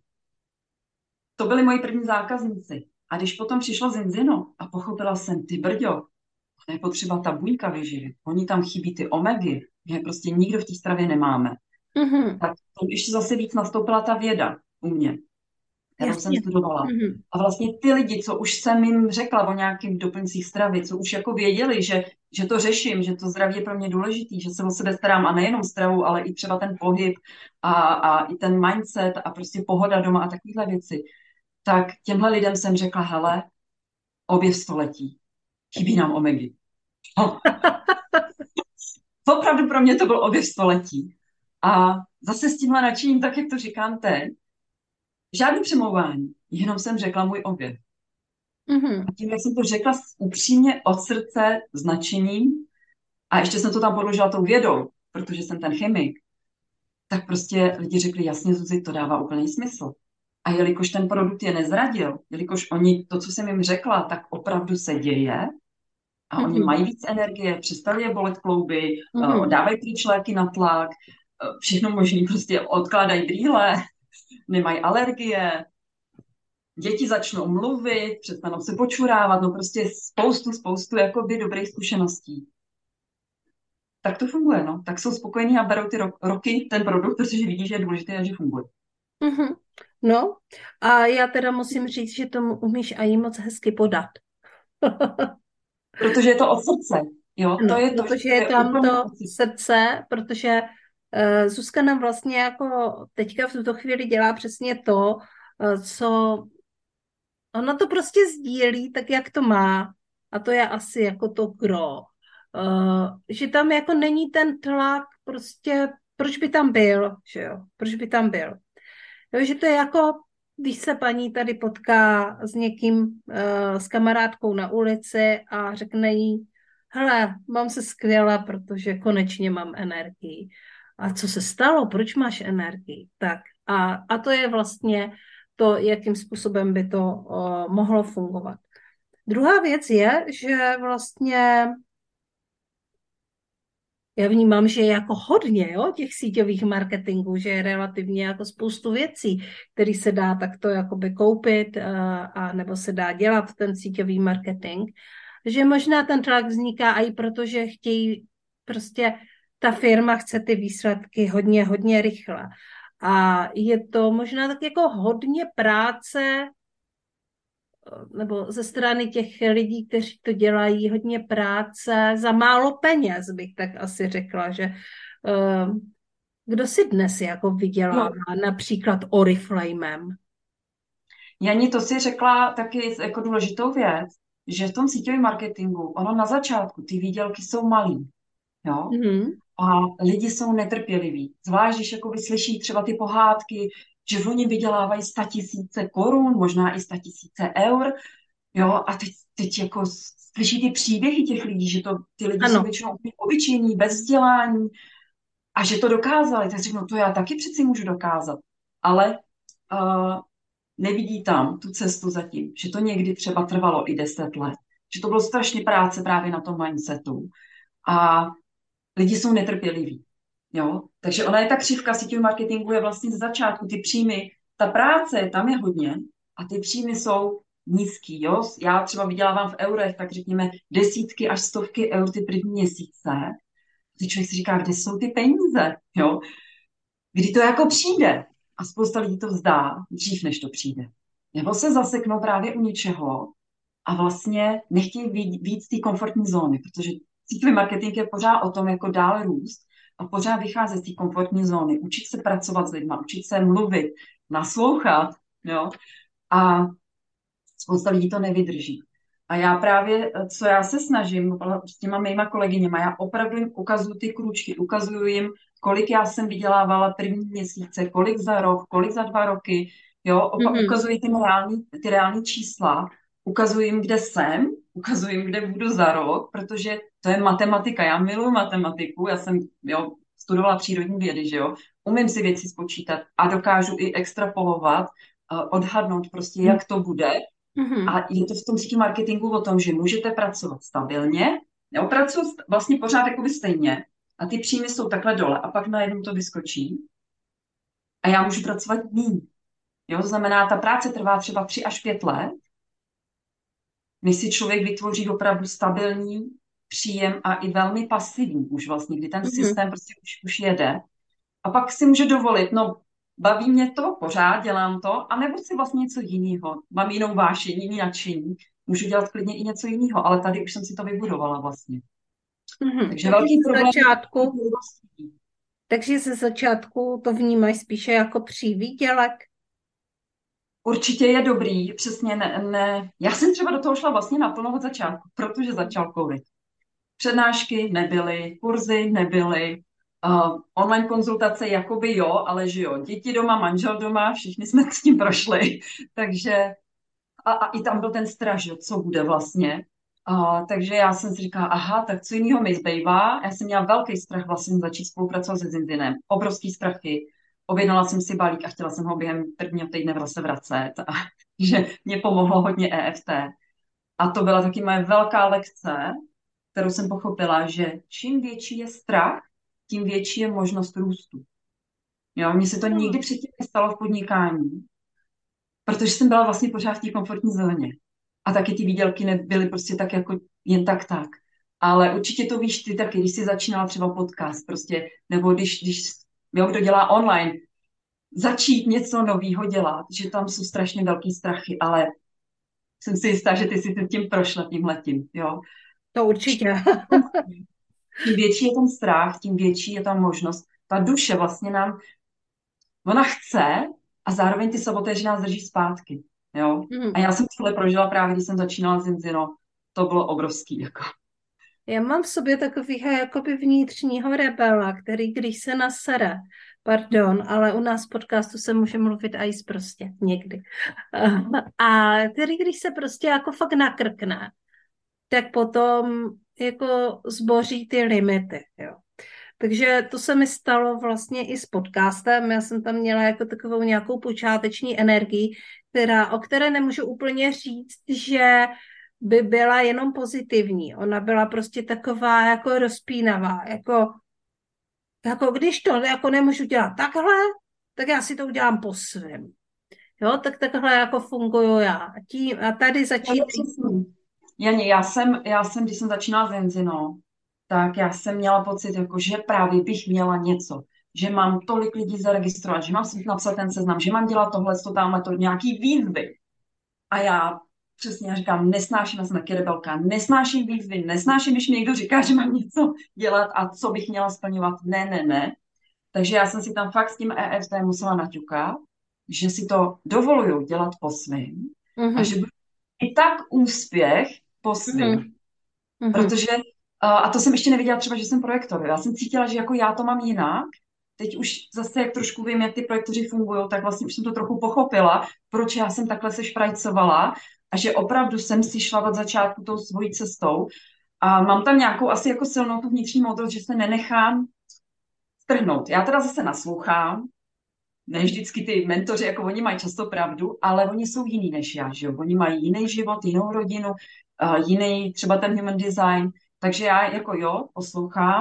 Speaker 2: To byli moji první zákazníci. A když potom přišlo Zinzino a pochopila jsem, ty brďo, to je potřeba ta buňka vyživit. Oni tam chybí ty omegy, že prostě nikdo v té stravě nemáme.
Speaker 1: Mhm.
Speaker 2: Tak to ještě zase víc nastoupila ta věda u mě, kterou jsem
Speaker 1: Jasně.
Speaker 2: studovala.
Speaker 1: Mhm.
Speaker 2: A vlastně ty lidi, co už jsem jim řekla o nějakým doplňcích stravy, co už jako věděli, že, že to řeším, že to zdraví je pro mě důležitý, že se o sebe starám a nejenom stravu, ale i třeba ten pohyb a, a i ten mindset a prostě pohoda doma a takovéhle věci, tak těmhle lidem jsem řekla, hele, obě století, chybí nám omegy. No, opravdu pro mě to byl objev století. A zase s tímhle nadšením, tak jak to říkám teď, žádný přemlouvání, jenom jsem řekla můj objev. A
Speaker 1: Mhm.
Speaker 2: tím, jak jsem to řekla upřímně od srdce, s nadšením, a ještě jsem to tam podložila tou vědou, protože jsem ten chemik, tak prostě lidi řekli, jasně, Zuzi, to dává úplný smysl. A jelikož ten produkt je nezradil, jelikož oni, to, co jsem jim řekla, tak opravdu se děje, a oni
Speaker 1: Mhm.
Speaker 2: mají víc energie, přestali je bolet klouby, eh,
Speaker 1: Mhm.
Speaker 2: dávají pryč léky na tlak, eh, všechno možný, prostě odkládají brýle, nemají alergie, děti začnou mluvit, přestanou se počurávat, no prostě spoustu, spoustu jakoby dobrých zkušeností. Tak to funguje, no. Tak jsou spokojení a berou ty ro- roky ten produkt, protože vidí, že je důležitý a že funguje.
Speaker 1: Mhm. No, a já teda musím říct, že tomu umíš a jí moc hezky podat.
Speaker 2: Protože je to od srdce, jo. To
Speaker 1: No,
Speaker 2: je to, že
Speaker 1: protože
Speaker 2: to
Speaker 1: je
Speaker 2: je
Speaker 1: tam
Speaker 2: úplně
Speaker 1: to
Speaker 2: od srdce.
Speaker 1: srdce, protože uh, Zuzka nám vlastně jako teďka v tuto chvíli dělá přesně to, uh, co ona to prostě sdílí tak, jak to má. A to je asi jako to gro. Uh, že tam jako není ten tlak, prostě proč by tam byl, že jo? Proč by tam byl? Jo, že to je jako, když se paní tady potká s někým, uh, s kamarádkou na ulici a řekne jí, hele, mám se skvěle, protože konečně mám energii. A co se stalo? Proč máš energii? Tak a, a to je vlastně to, jakým způsobem by to uh, mohlo fungovat. Druhá věc je, že vlastně já vnímám, že je jako hodně, jo, těch síťových marketingů, že je relativně jako spoustu věcí, které se dá takto jakoby koupit a, a nebo se dá dělat ten síťový marketing. Že možná ten tlak vzniká i proto, že chtějí prostě ta firma chce ty výsledky hodně, hodně rychle. A je to možná tak jako hodně práce nebo ze strany těch lidí, kteří to dělají, hodně práce za málo peněz, bych tak asi řekla, že uh, kdo si dnes jako vydělává
Speaker 2: No,
Speaker 1: například Oriflamem?
Speaker 2: Jani, to si řekla taky jako důležitou věc, že v tom síťovém marketingu, ono na začátku, ty výdělky jsou malý, jo?
Speaker 1: Mm-hmm.
Speaker 2: A lidi jsou netrpěliví. Zvlášť, když jako slyší třeba ty pohádky, že oni vydělávají statisíce korun, možná i statisíce eur, jo, a teď, teď jako slyší ty příběhy těch lidí, že to, ty lidi jsou
Speaker 1: Ano.
Speaker 2: většinou úplně obyčejní, bez vzdělání a že to dokázali, tak řeknou, to já taky přeci můžu dokázat. Ale uh, nevidí tam tu cestu zatím, že to někdy třeba trvalo i deset let, že to bylo strašně práce právě na tom mindsetu. A Lidi jsou netrpěliví. Jo? Takže ona je ta křivka síťového marketingu je vlastně z začátku. Ty příjmy, ta práce, tam je hodně a ty příjmy jsou nízký. Jo? Já třeba vydělávám v eurech, tak řekněme desítky až stovky eur ty první měsíce. Ty člověk si říká, kde jsou ty peníze? Jo? Kdy to jako přijde? A spousta lidí to vzdá dřív, než to přijde. Nebo se zaseknou právě u něčeho a vlastně nechtějí víc, víc té komfortní zóny, protože síťový marketing je pořád o tom, jako dál růst a pořád vycházet z té komfortní zóny, učit se pracovat s lidmi, učit se mluvit, naslouchat, jo. A spousta lidí to nevydrží. A já právě, co já se snažím s těma mýma kolegyněma, já opravdu jim ukazuju ty kručky, ukazuju jim, kolik já jsem vydělávala první měsíce, kolik za rok, kolik za dva roky, jo, opa-
Speaker 1: Mhm.
Speaker 2: ukazuji ty reální, ty reální čísla, ukazuji jim, kde jsem, ukazuji jim, kde budu za rok, protože to je matematika, já miluji matematiku, já jsem, jo, studovala přírodní vědy, že jo, umím si věci spočítat a dokážu i extrapolovat, eh, odhadnout prostě, jak to bude. A
Speaker 1: Mhm.
Speaker 2: je to v tom síti marketingu o tom, že můžete pracovat stabilně, jo, pracuji vlastně pořád jakoby stejně a ty příjmy jsou takhle dole a pak najednou to vyskočí a já můžu pracovat méně. Jo, to znamená, ta práce trvá třeba tři až pět let, než si člověk vytvoří opravdu stabilní příjem a i velmi pasivní už vlastně, kdy ten
Speaker 1: Mhm.
Speaker 2: systém prostě už, už jede. A pak si může dovolit, no baví mě to, pořád dělám to, anebo si vlastně něco jiného. Mám jinou vášeň, jiný nadšení. Můžu dělat klidně i něco jiného, ale tady už jsem si to vybudovala vlastně.
Speaker 1: Mhm.
Speaker 2: Takže
Speaker 1: Takže
Speaker 2: velký
Speaker 1: ze
Speaker 2: problém je
Speaker 1: začátku,
Speaker 2: trpělivost.
Speaker 1: takže ze začátku to vnímají spíše jako přivýdělek.
Speaker 2: Určitě je dobrý, přesně ne, ne. Já jsem třeba do toho šla vlastně naplno od začátku, protože začal covid. Přednášky nebyly, kurzy nebyly, uh, online konzultace jakoby jo, ale že jo, děti doma, manžel doma, všichni jsme s tím prošli. Takže a, a i tam byl ten strach, že jo, co bude vlastně. A, takže já jsem si říkala, aha, tak co jiného mi zbývá. Já jsem měla velký strach vlastně začít spolupracovat se Zinzinem. Obrovský strachy. Objednala jsem si balík a chtěla jsem ho během prvního týdne zase vracet. A, že mě pomohlo hodně E F T. A to byla taky moje velká lekce, kterou jsem pochopila, že čím větší je strach, tím větší je možnost růstu. Jo, mně se to nikdy předtím nestalo v podnikání, protože jsem byla vlastně pořád v té komfortní zóně. A taky ty výdělky nebyly prostě tak jako jen tak tak. Ale určitě to víš ty taky, když jsi začínala třeba podcast prostě, nebo když, když jo, kdo dělá online, začít něco nového dělat, že tam jsou strašně velký strachy, ale jsem si jistá, že ty si tím prošla tímhletím, jo.
Speaker 1: To určitě.
Speaker 2: Tím větší je ten strach, tím větší je ta možnost. Ta duše vlastně nám, ona chce a zároveň ty sabotéři nás drží zpátky, jo. A
Speaker 1: Mhm.
Speaker 2: já jsem tohle prožila právě, když jsem začínala s Zinzino. To bylo obrovský, jako.
Speaker 1: Já mám v sobě takového jakoby vnitřního rebela, který když se nasere, pardon, ale u nás v podcastu se může mluvit i prostě někdy. A který když se prostě jako fakt nakrkne, tak potom jako zboří ty limity, jo. Takže to se mi stalo vlastně i s podcastem. Já jsem tam měla jako takovou nějakou počáteční energii, která, o které nemůžu úplně říct, že by byla jenom pozitivní. Ona byla prostě taková jako rozpínavá, jako, jako když to jako nemůžu dělat takhle, tak já si to udělám po svém. Jo, tak takhle jako funguju já. A, tím, a tady
Speaker 2: To je
Speaker 1: začínají.
Speaker 2: přesný. Janě, já jsem, já jsem, když jsem začínala s Enzino, tak já jsem měla pocit, jako, že právě bych měla něco, že mám tolik lidí zaregistrovat, že mám si napsat ten seznam, že mám dělat tohle, to tamhle, to nějaký výzvy. A já přesně já říkám, nesnáším, já jsem taky rebelka, nesnáším výzvy, nesnáším, když mi někdo říká, že mám něco dělat a co bych měla splňovat. Ne, ne, ne. Takže já jsem si tam fakt s tím E F T musela naťukat, že si to dovoluju dělat po svým a že
Speaker 1: Mhm,
Speaker 2: budu i tak úspěch po svým.
Speaker 1: mhm, mhm,
Speaker 2: Protože, a to jsem ještě neviděla třeba, že jsem projektor. Já jsem cítila, že jako já to mám jinak. Teď už zase, jak trošku vím, jak ty projektoři fungují, tak vlastně už jsem to trochu pochopila, proč já jsem takhle se šprajcovala a že opravdu jsem si šla od začátku tou svojí cestou a mám tam nějakou asi jako silnou tu vnitřní moudrost, že se nenechám strhnout. Já teda zase naslouchám, ne vždycky ty mentoři, jako oni mají často pravdu, ale oni jsou jiný než já, že jo? Oni mají jiný život, jinou rodinu, uh, jiný třeba ten human design, takže já jako jo, poslouchám,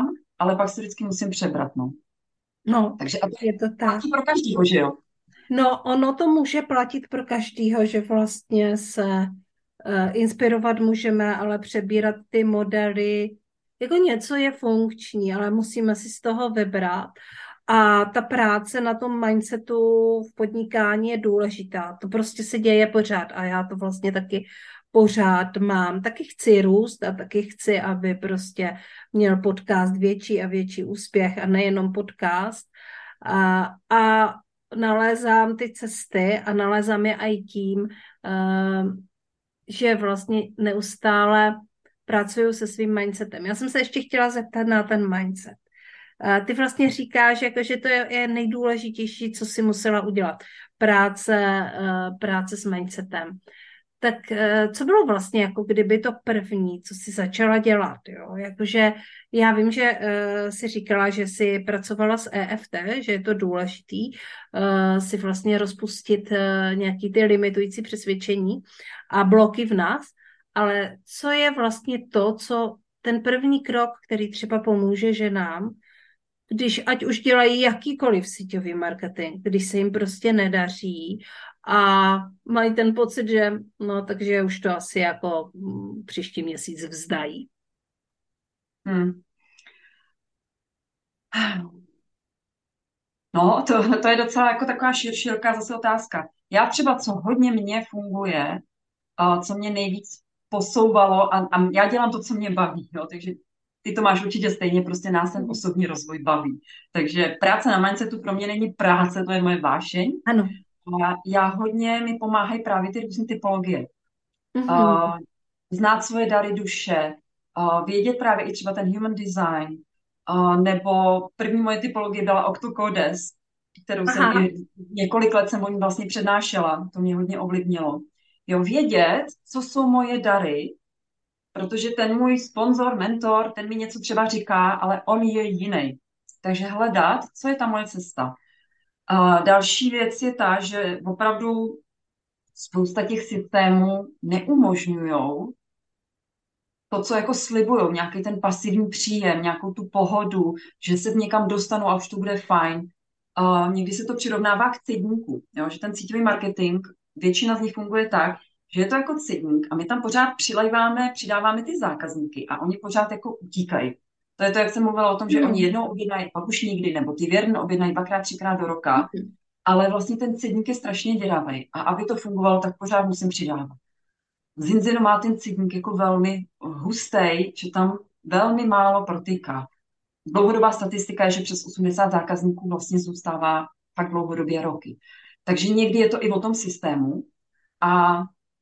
Speaker 2: ale pak se vždycky musím přebrat, no.
Speaker 1: No,
Speaker 2: Takže a to
Speaker 1: je to tak.
Speaker 2: platí pro každýho, že jo?
Speaker 1: No, ono to může platit pro každýho, že vlastně se uh, inspirovat můžeme, ale přebírat ty modely, jako něco je funkční, ale musíme si z toho vybrat. A ta práce na tom mindsetu v podnikání je důležitá. To prostě se děje pořád a já to vlastně taky pořád mám. Taky chci růst a taky chci, aby prostě měl podcast větší a větší úspěch a nejenom podcast. A, a nalézám ty cesty a nalézám je i tím, že vlastně neustále pracuju se svým mindsetem. Já jsem se ještě chtěla zeptat na ten mindset. Ty vlastně říkáš, jako, že to je, je nejdůležitější, co si musela udělat. Práce, práce s mindsetem. Tak co bylo vlastně jako kdyby to první, co jsi začala dělat? Jo? Jakože já vím, že uh, jsi říkala, že jsi pracovala s E F T, že je to důležitý uh, si vlastně rozpustit uh, nějaký ty limitující přesvědčení a bloky v nás, ale co je vlastně to, co ten první krok, který třeba pomůže ženám, když ať už dělají jakýkoliv síťový marketing, když se jim prostě nedaří a mají ten pocit, že no takže už to asi jako m, příští měsíc vzdají.
Speaker 2: Hmm. No, to, to je docela jako taková šir, široká zase otázka. Já třeba, co hodně mně funguje, a co mě nejvíc posouvalo, a, a já dělám to, co mě baví, jo, takže ty to máš určitě stejně, prostě nás ten osobní rozvoj baví. Takže práce na mindsetu pro mě není práce, to je moje vášeň.
Speaker 1: Ano.
Speaker 2: A já hodně mi pomáhají právě ty různé typologie.
Speaker 1: Mm-hmm.
Speaker 2: Uh, znát svoje dary duše, uh, vědět právě i třeba ten human design, uh, nebo první moje typologie byla Octocodes, kterou jsem
Speaker 1: Aha.
Speaker 2: i několik let jsem o ní vlastně přednášela, to mě hodně ovlivnilo. Jo, vědět, co jsou moje dary, protože ten můj sponzor, mentor, ten mi něco třeba říká, ale on je jiný. Takže hledat, co je ta moje cesta. A další věc je ta, že opravdu spousta těch systémů neumožňují to, co jako slibujou, nějaký ten pasivní příjem, nějakou tu pohodu, že se někam dostanu a už to bude fajn. Uh, někdy se to přirovnává k cedníku, jo? Že ten síťový marketing, většina z nich funguje tak, že je to jako cedník a my tam pořád přilejváme, přidáváme ty zákazníky a oni pořád jako utíkají. To je to, jak jsem mluvila o tom, že
Speaker 1: Hmm.
Speaker 2: oni jednou objednají, pak už nikdy, nebo ty věrně objednají dvakrát, třikrát do roka, ale vlastně ten cedník je strašně děravý a aby to fungovalo, tak pořád musím přidávat. Zinzino má ten cedník jako velmi hustý, že tam velmi málo protýká. Dlouhodobá statistika je, že přes osmdesát zákazníků vlastně zůstává fakt dlouhodobě roky. Takže někdy je to i o tom systému a,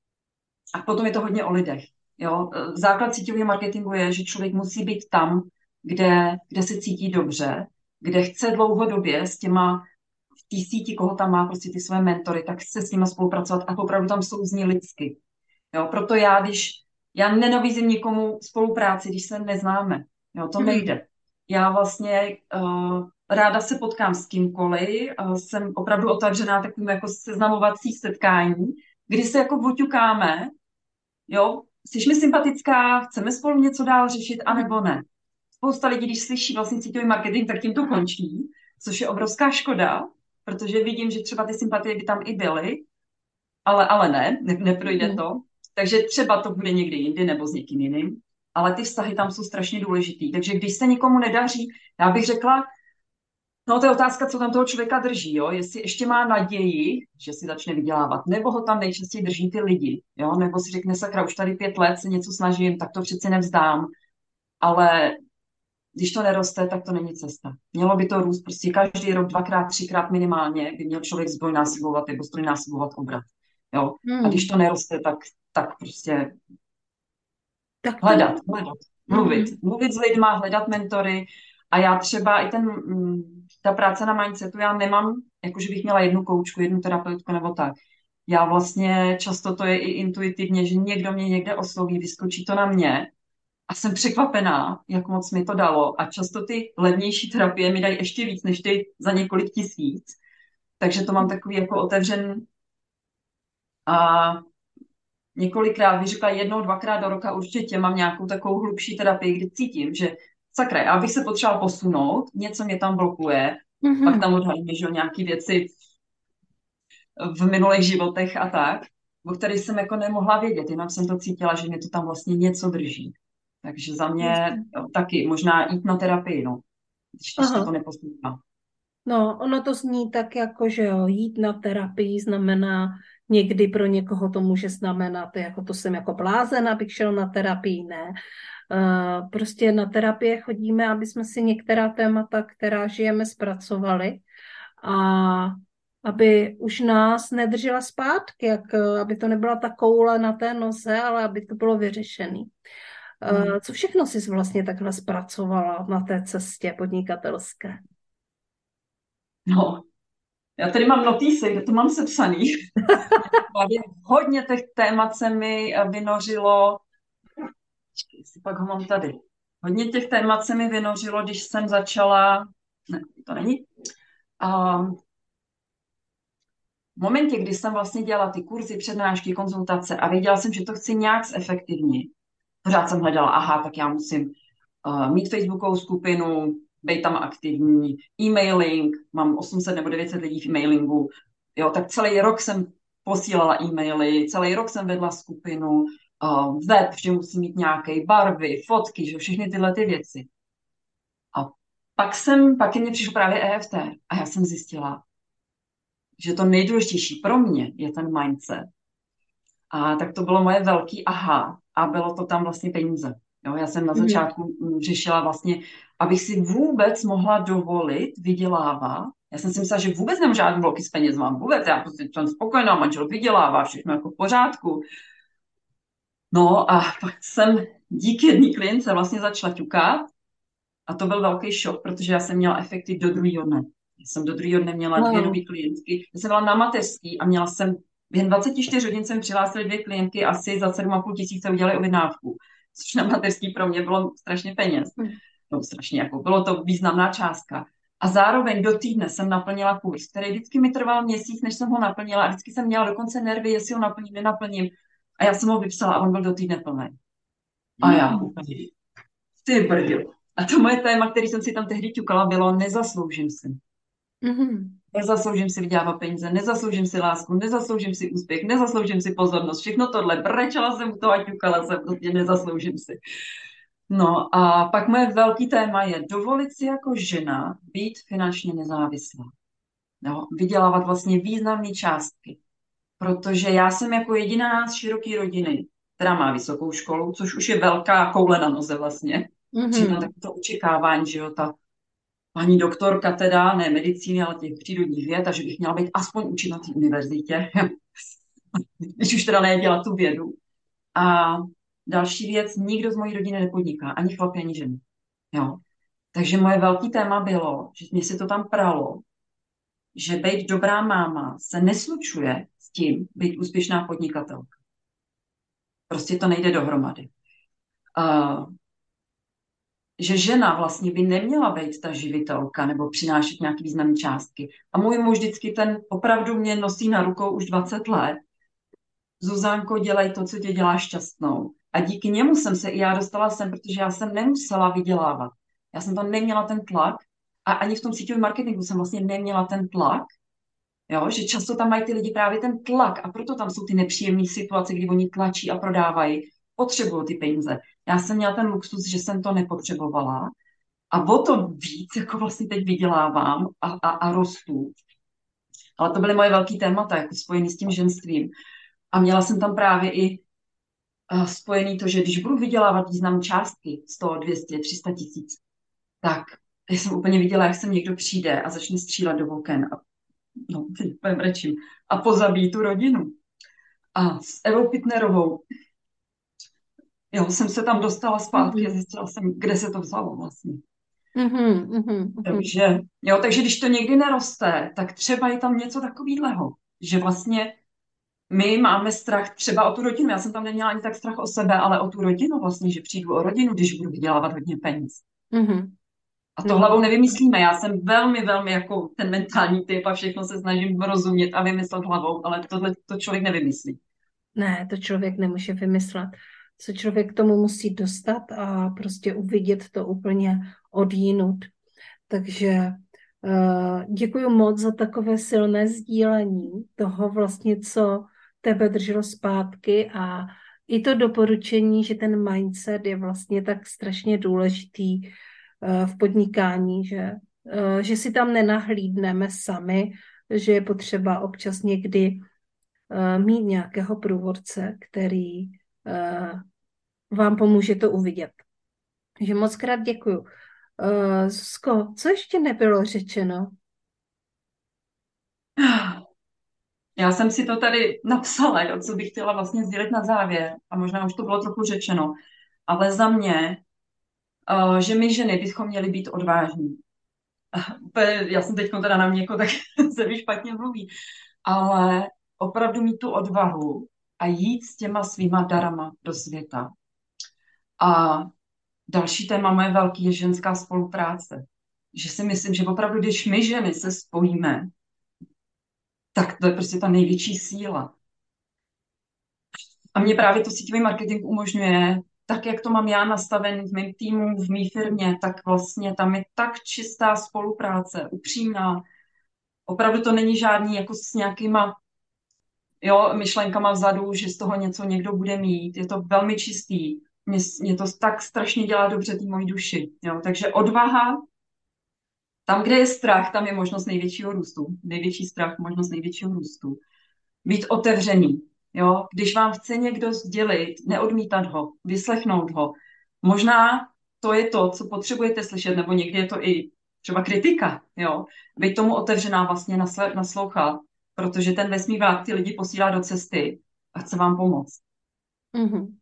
Speaker 2: a potom je to hodně o lidech. Jo? Základ síťového marketingu je, že člověk musí být tam, kde, kde se cítí dobře, kde chce dlouhodobě s těma v té síti, koho tam má prostě ty své mentory, tak chce s nimi spolupracovat a opravdu tam souzní lidsky. Jo, proto já, když já nenabízím nikomu spolupráci, když se neznáme. Jo, to nejde. Já vlastně uh, ráda se potkám s kýmkoliv, uh, jsem opravdu otevřená takovým jako seznamovací setkání, kdy se jako voťukáme, jo, jsi mi sympatická, chceme spolu něco dál řešit, anebo ne. Spousta lidí, když slyší vlastně síťový marketing, tak tím to končí, což je obrovská škoda, protože vidím, že třeba ty sympatie by tam i byly, ale, ale ne, ne neprojde to. Takže třeba to bude někdy jindy nebo s někým jiným, ale ty vztahy tam jsou strašně důležitý. Takže když se nikomu nedaří, já bych řekla, no to je otázka, co tam toho člověka drží, jo? Jestli ještě má naději, že si začne vydělávat, nebo ho tam nejčastěji drží ty lidi, jo? Nebo si řekne, sakra, už tady pět let se něco snažím, tak to přeci nevzdám, ale když to neroste, tak to není cesta. Mělo by to růst prostě každý rok, dvakrát, třikrát minimálně, by měl člověk zdvojnásobovat nebo strojnásobovat obrat. Jo?
Speaker 1: Hmm.
Speaker 2: A když to neroste, tak, tak prostě
Speaker 1: tak to...
Speaker 2: hledat, hledat, mluvit.
Speaker 1: Hmm.
Speaker 2: Mluvit s lidma, hledat mentory. A já třeba i ten, ta práce na mindsetu, já nemám, jako že bych měla jednu koučku, jednu terapeutku nebo tak. Já vlastně často to je i intuitivně, že někdo mě někde osloví, vyskočí to na mě a jsem překvapená, jak moc mi to dalo. A často ty levnější terapie mi dají ještě víc, než ty za několik tisíc. Takže to mám takový jako otevřen a několikrát, bych řekla jednou, dvakrát do roka určitě mám nějakou takovou hlubší terapii, kdy cítím, že sakra, já bych se potřebovala posunout, něco mě tam blokuje, pak
Speaker 1: Mhm.
Speaker 2: tam odhalíme, že jo, nějaký věci v minulých životech a tak, o kterých jsem jako nemohla vědět, jenom jsem to cítila, že mě to tam vlastně něco drží. Takže za mě
Speaker 1: Jasně.
Speaker 2: jo, taky možná jít na terapii, no, když, když se to
Speaker 1: Aha.
Speaker 2: neposlouchá.
Speaker 1: No, ono to zní tak jako, že jo, jít na terapii znamená, někdy pro někoho to může znamenat, jako to jsem jako blázen, abych šel na terapii, ne. Eh, Prostě na terapie chodíme, aby jsme si některá témata, která žijeme, zpracovali a aby už nás nedržela zpátky, jak, eh, aby to nebyla ta koule na té noze, ale aby to bylo vyřešené.
Speaker 2: Hmm.
Speaker 1: Co všechno jsi vlastně takhle zpracovala na té cestě podnikatelské?
Speaker 2: No, já tady mám notýsek, kde to mám sepsaný. Právě hodně těch témat se mi eh, vynořilo, jestli pak ho mám tady. Hodně těch témat se mi vynořilo, když jsem začala, ne, to není, a v momentě, kdy jsem vlastně dělala ty kurzy, přednášky, konzultace a věděla jsem, že to chci nějak zefektivnit, pořád jsem hledala, aha, tak já musím uh, mít facebookovou skupinu, být tam aktivní, e-mailing, mám osm set nebo devět set lidí v e-mailingu, jo, tak celý rok jsem posílala e-maily, celý rok jsem vedla skupinu, uh, web, že musím mít nějaké barvy, fotky, že všechny tyhle ty věci. A pak jsem, pak ke mně přišlo právě E F T a já jsem zjistila, že to nejdůležitější pro mě je ten mindset. A tak to bylo moje velký aha a bylo to tam vlastně peníze. Jo, já jsem na
Speaker 1: Mhm.
Speaker 2: začátku mm, řešila vlastně, abych si vůbec mohla dovolit vydělávat. Já jsem si myslela, že vůbec nemám žádný bloky s peněz, mám vůbec, já prostě jsem spokojená, manžel vydělává, všechno jako v pořádku. No a pak jsem díky jedné klientce vlastně začala ťukat a to byl velký šok, protože já jsem měla efekty do druhého dne. Já jsem do druhého dne měla dvě nové
Speaker 1: Wow.
Speaker 2: klientky. Já jsem byla na mateřský a měla jsem během dvacet čtyři hodin jsem přihlásila dvě klientky, asi za sedm a půl tisíce udělali objednávku, což na mateřský pro mě bylo strašně peněz.
Speaker 1: Mhm.
Speaker 2: No, strašně jako, bylo to významná částka. A zároveň do týdne jsem naplnila kurz, který vždycky mi trval měsíc, než jsem ho naplnila a vždycky jsem měla dokonce nervy, jestli ho naplním, nenaplním. A já jsem ho vypsala a on byl do týdne plný. A já
Speaker 1: Mhm.
Speaker 2: úplně, ty brďo. A to moje téma, který jsem si tam tehdy ťukala, bylo nezasloužím si.
Speaker 1: Mhm.
Speaker 2: Nezasloužím si vydělávat peníze, nezasloužím si lásku, nezasloužím si úspěch, nezasloužím si pozornost. Všechno tohle, brečela jsem u toho a ťukala jsem, prostě nezasloužím si. No a pak moje velký téma je dovolit si jako žena být finančně nezávislá. Jo? Vydělávat vlastně významné částky. Protože já jsem jako jediná z široké rodiny, která má vysokou školu, což už je velká koule na noze vlastně. Přijde
Speaker 1: Mhm.
Speaker 2: tak to očekávání, že jo, ta paní doktorka teda, ne medicíny, ale těch přírodních věd, a že bych měla být aspoň učit na té univerzitě, když už teda nedělat tu vědu. A další věc, nikdo z mojí rodiny nepodniká, ani chlapi, ani ženy. Jo. Takže moje velké téma bylo, že mě se to tam pralo, že být dobrá máma se neslučuje s tím být úspěšná podnikatelka. Prostě to nejde dohromady. Uh, že žena vlastně by neměla být ta živitelka nebo přinášet nějaký významné částky. A můj muž vždycky ten opravdu mě nosí na rukou už dvacet let. Zuzánko, dělej to, co tě dělá šťastnou. A díky němu jsem se i já dostala sem, protože já jsem nemusela vydělávat. Já jsem tam neměla ten tlak a ani v tom síťovém marketingu jsem vlastně neměla ten tlak, jo? Že často tam mají ty lidi právě ten tlak a proto tam jsou ty nepříjemné situace, kdy oni tlačí a prodávají, potřebují ty peníze. Já jsem měla ten luxus, že jsem to nepotřebovala a o to víc jako vlastně teď vydělávám a, a, a rostu. Ale to byly moje velké témata, jako spojený s tím ženstvím. A měla jsem tam právě i uh, spojený to, že když budu vydělávat významné částky, sto, dvě stě, tři sta tisíc, tak já jsem úplně viděla, jak sem někdo přijde a začne střílet do oken a no, teď rečím, a pozabíjí tu rodinu. A s Evou Pitnerovou, jo, jsem se tam dostala zpátky a
Speaker 1: Mhm.
Speaker 2: zjistila jsem, kde se to vzalo vlastně.
Speaker 1: Mhm. Mhm. Mhm.
Speaker 2: Takže, jo, takže když to někdy neroste, tak třeba je tam něco takového, že vlastně my máme strach třeba o tu rodinu. Já jsem tam neměla ani tak strach o sebe, ale o tu rodinu vlastně, že přijdu o rodinu, když budu vydělávat hodně peněz.
Speaker 1: Mhm.
Speaker 2: A to
Speaker 1: No,
Speaker 2: hlavou nevymyslíme. Já jsem velmi, velmi jako ten mentální typ a všechno se snažím rozumět a vymyslet hlavou, ale tohle to člověk nevymyslí.
Speaker 1: ne, to člověk nemůže vymyslet. co člověk k tomu musí dostat a prostě uvidět to úplně odjinud. Takže uh, děkuji moc za takové silné sdílení toho vlastně, co tebe drželo zpátky a i to doporučení, že ten mindset je vlastně tak strašně důležitý uh, v podnikání, že, uh, že si tam nenahlídneme sami, že je potřeba občas někdy uh, mít nějakého průvodce, který uh, vám pomůže to uvidět. Takže moc krát děkuju. Uh, Zuzko, co ještě nebylo řečeno?
Speaker 2: Já jsem si to tady napsala, jo, co bych chtěla vlastně sdělit na závěr, a možná už to bylo trochu řečeno, ale za mě, uh, že my ženy bychom měli být odvážní. Já jsem teď teda na mě jako tak se mi špatně mluví, ale opravdu mít tu odvahu a jít s těma svýma darama do světa. A další téma moje velký je ženská spolupráce. Že si myslím, že opravdu, když my ženy se spojíme, tak to je prostě ta největší síla. A mě právě to síťový marketing umožňuje, tak jak to mám já nastavený v mém týmu, v mé firmě, tak vlastně tam je tak čistá spolupráce, upřímná. Opravdu to není žádný jako s nějakýma jo, myšlenkama vzadu, že z toho něco někdo bude mít. Je to velmi čistý. Mě, mě to tak strašně dělá dobře té mojí duši. Jo. Takže odvaha, tam, kde je strach, tam je možnost největšího růstu. Největší strach, možnost největšího růstu. Být otevřený. Jo. Když vám chce někdo sdělit, neodmítat ho, vyslechnout ho. Možná to je to, co potřebujete slyšet, nebo někdy je to i třeba kritika. Jo. Být tomu otevřená, vlastně naslouchat, protože ten vesmír vám ty lidi posílá do cesty a chce vám pomoct.
Speaker 1: Mm-hmm.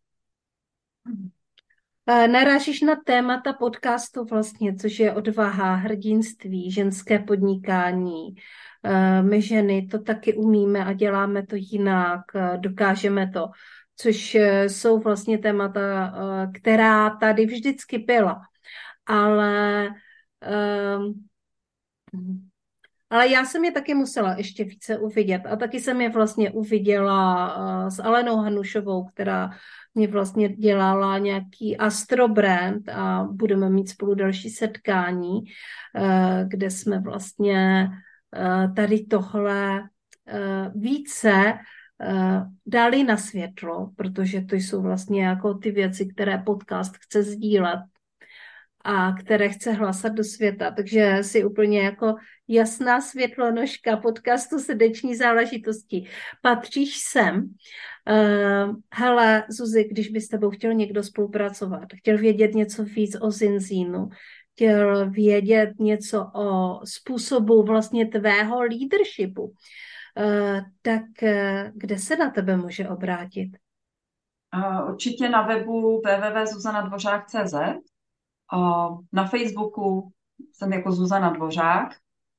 Speaker 1: Narážíš na témata podcastu vlastně, což je odvaha, hrdinství, ženské podnikání. My ženy to taky umíme a děláme to jinak, dokážeme to, což jsou vlastně témata, která tady vždycky byla. Ale Ale já jsem je taky musela ještě více uvidět a taky jsem je vlastně uviděla uh, s Alenou Hanušovou, která mě vlastně dělala nějaký astrobrand a budeme mít spolu další setkání, uh, kde jsme vlastně uh, tady tohle uh, více uh, dali na světlo, protože to jsou vlastně jako ty věci, které podcast chce sdílet a které chce hlasat do světa. Takže si úplně jako jasná světlonožka podcastu Srdeční záležitosti. Patříš sem. Uh, hele, Zuzi, když by s tebou chtěl někdo spolupracovat, chtěl vědět něco víc o Zinzínu, chtěl vědět něco o způsobu vlastně tvého leadershipu, uh, tak uh, kde se na tebe může obrátit?
Speaker 2: Uh, určitě na webu w w w tečka zuzana dvořák tečka c z. Na Facebooku jsem jako Zuzana Dvořák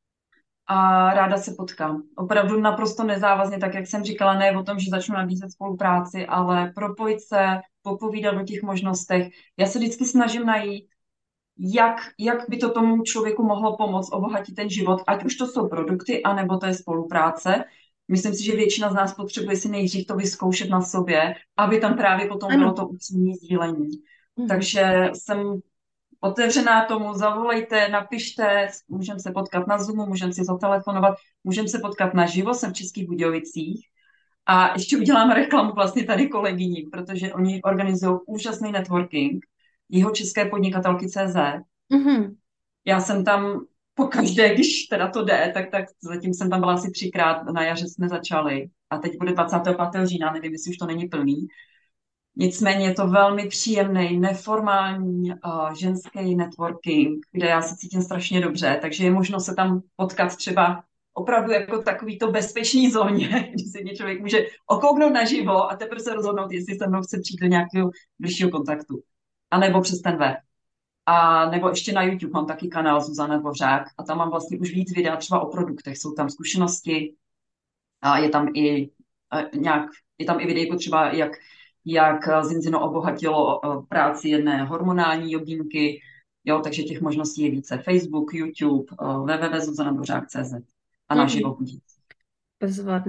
Speaker 2: a ráda se potkám. Opravdu naprosto nezávazně, tak jak jsem říkala, ne o tom, že začnu nabízet spolupráci, ale propojit se, popovídat o těch možnostech. Já se vždycky snažím najít, jak, jak by to tomu člověku mohlo pomoct obohatit ten život, ať už to jsou produkty, anebo to je spolupráce. Myslím si, že většina z nás potřebuje si nejdřív to vyzkoušet na sobě, aby tam právě potom ano. Bylo to upřímné sdílení. Hmm. Takže jsem otevřená tomu, zavolejte, napište, můžeme se potkat na Zoomu, můžeme si zatelefonovat, můžeme se potkat naživo, jsem v Českých Budějovicích. A ještě udělám reklamu vlastně tady kolegyním, protože oni organizují úžasný networking, Jihočeské podnikatelky tečka cé zet. Mm-hmm. Já jsem tam pokaždé, když teda to jde, tak, tak zatím jsem tam byla asi třikrát, na jaře jsme začali. A teď bude dvacátého pátého října, nevím, jestli už to není plný. Nicméně je to velmi příjemný, neformální uh, ženský networking, kde já se cítím strašně dobře, takže je možno se tam potkat třeba opravdu jako takovýto bezpečný zóně, kdy se mě člověk může okouknout naživo a teprve se rozhodnout, jestli se mnou chce přijít do nějakého bližšího kontaktu. A nebo přes ten web. A nebo ještě na YouTube mám taky kanál Zuzana Dvořák a tam mám vlastně už víc videa třeba o produktech, jsou tam zkušenosti a je tam i uh, nějak, je tam i videjko třeba jak jak Zinzino obohatilo práci jedné hormonální jogínky, jo, takže těch možností je více. Facebook, YouTube, w w w tečka zuzana dvořák tečka cé zet a naživo.
Speaker 1: Bezvadný.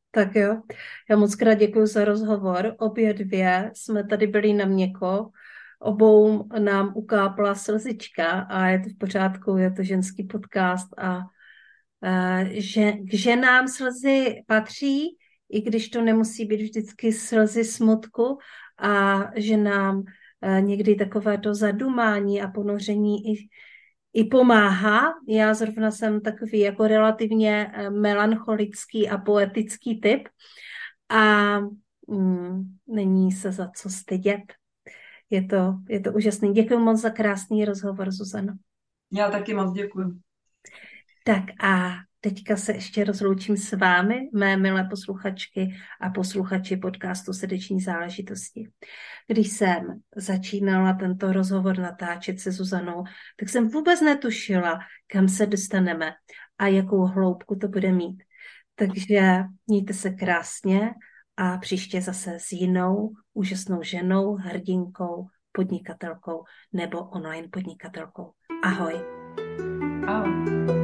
Speaker 1: Tak jo, já moc krát děkuji za rozhovor. Obě dvě jsme tady byli na měko, obou nám ukápla slzička a je to v pořádku, je to ženský podcast a že, k ženám slzy patří, i když to nemusí být vždycky slzy smutku a že nám někdy takové to zadumání a ponoření i, i pomáhá. Já zrovna jsem takový jako relativně melancholický a poetický typ a mm, není se za co stydět. Je to, je to úžasný. Děkuji moc za krásný rozhovor, Zuzano.
Speaker 2: Já taky moc děkuji.
Speaker 1: Tak a teďka se ještě rozloučím s vámi, mé milé posluchačky a posluchači podcastu Srdeční záležitosti. Když jsem začínala tento rozhovor natáčet se Zuzanou, tak jsem vůbec netušila, kam se dostaneme a jakou hloubku to bude mít. Takže mějte se krásně a příště zase s jinou úžasnou ženou, hrdinkou, podnikatelkou nebo online podnikatelkou. Ahoj.
Speaker 2: Ahoj.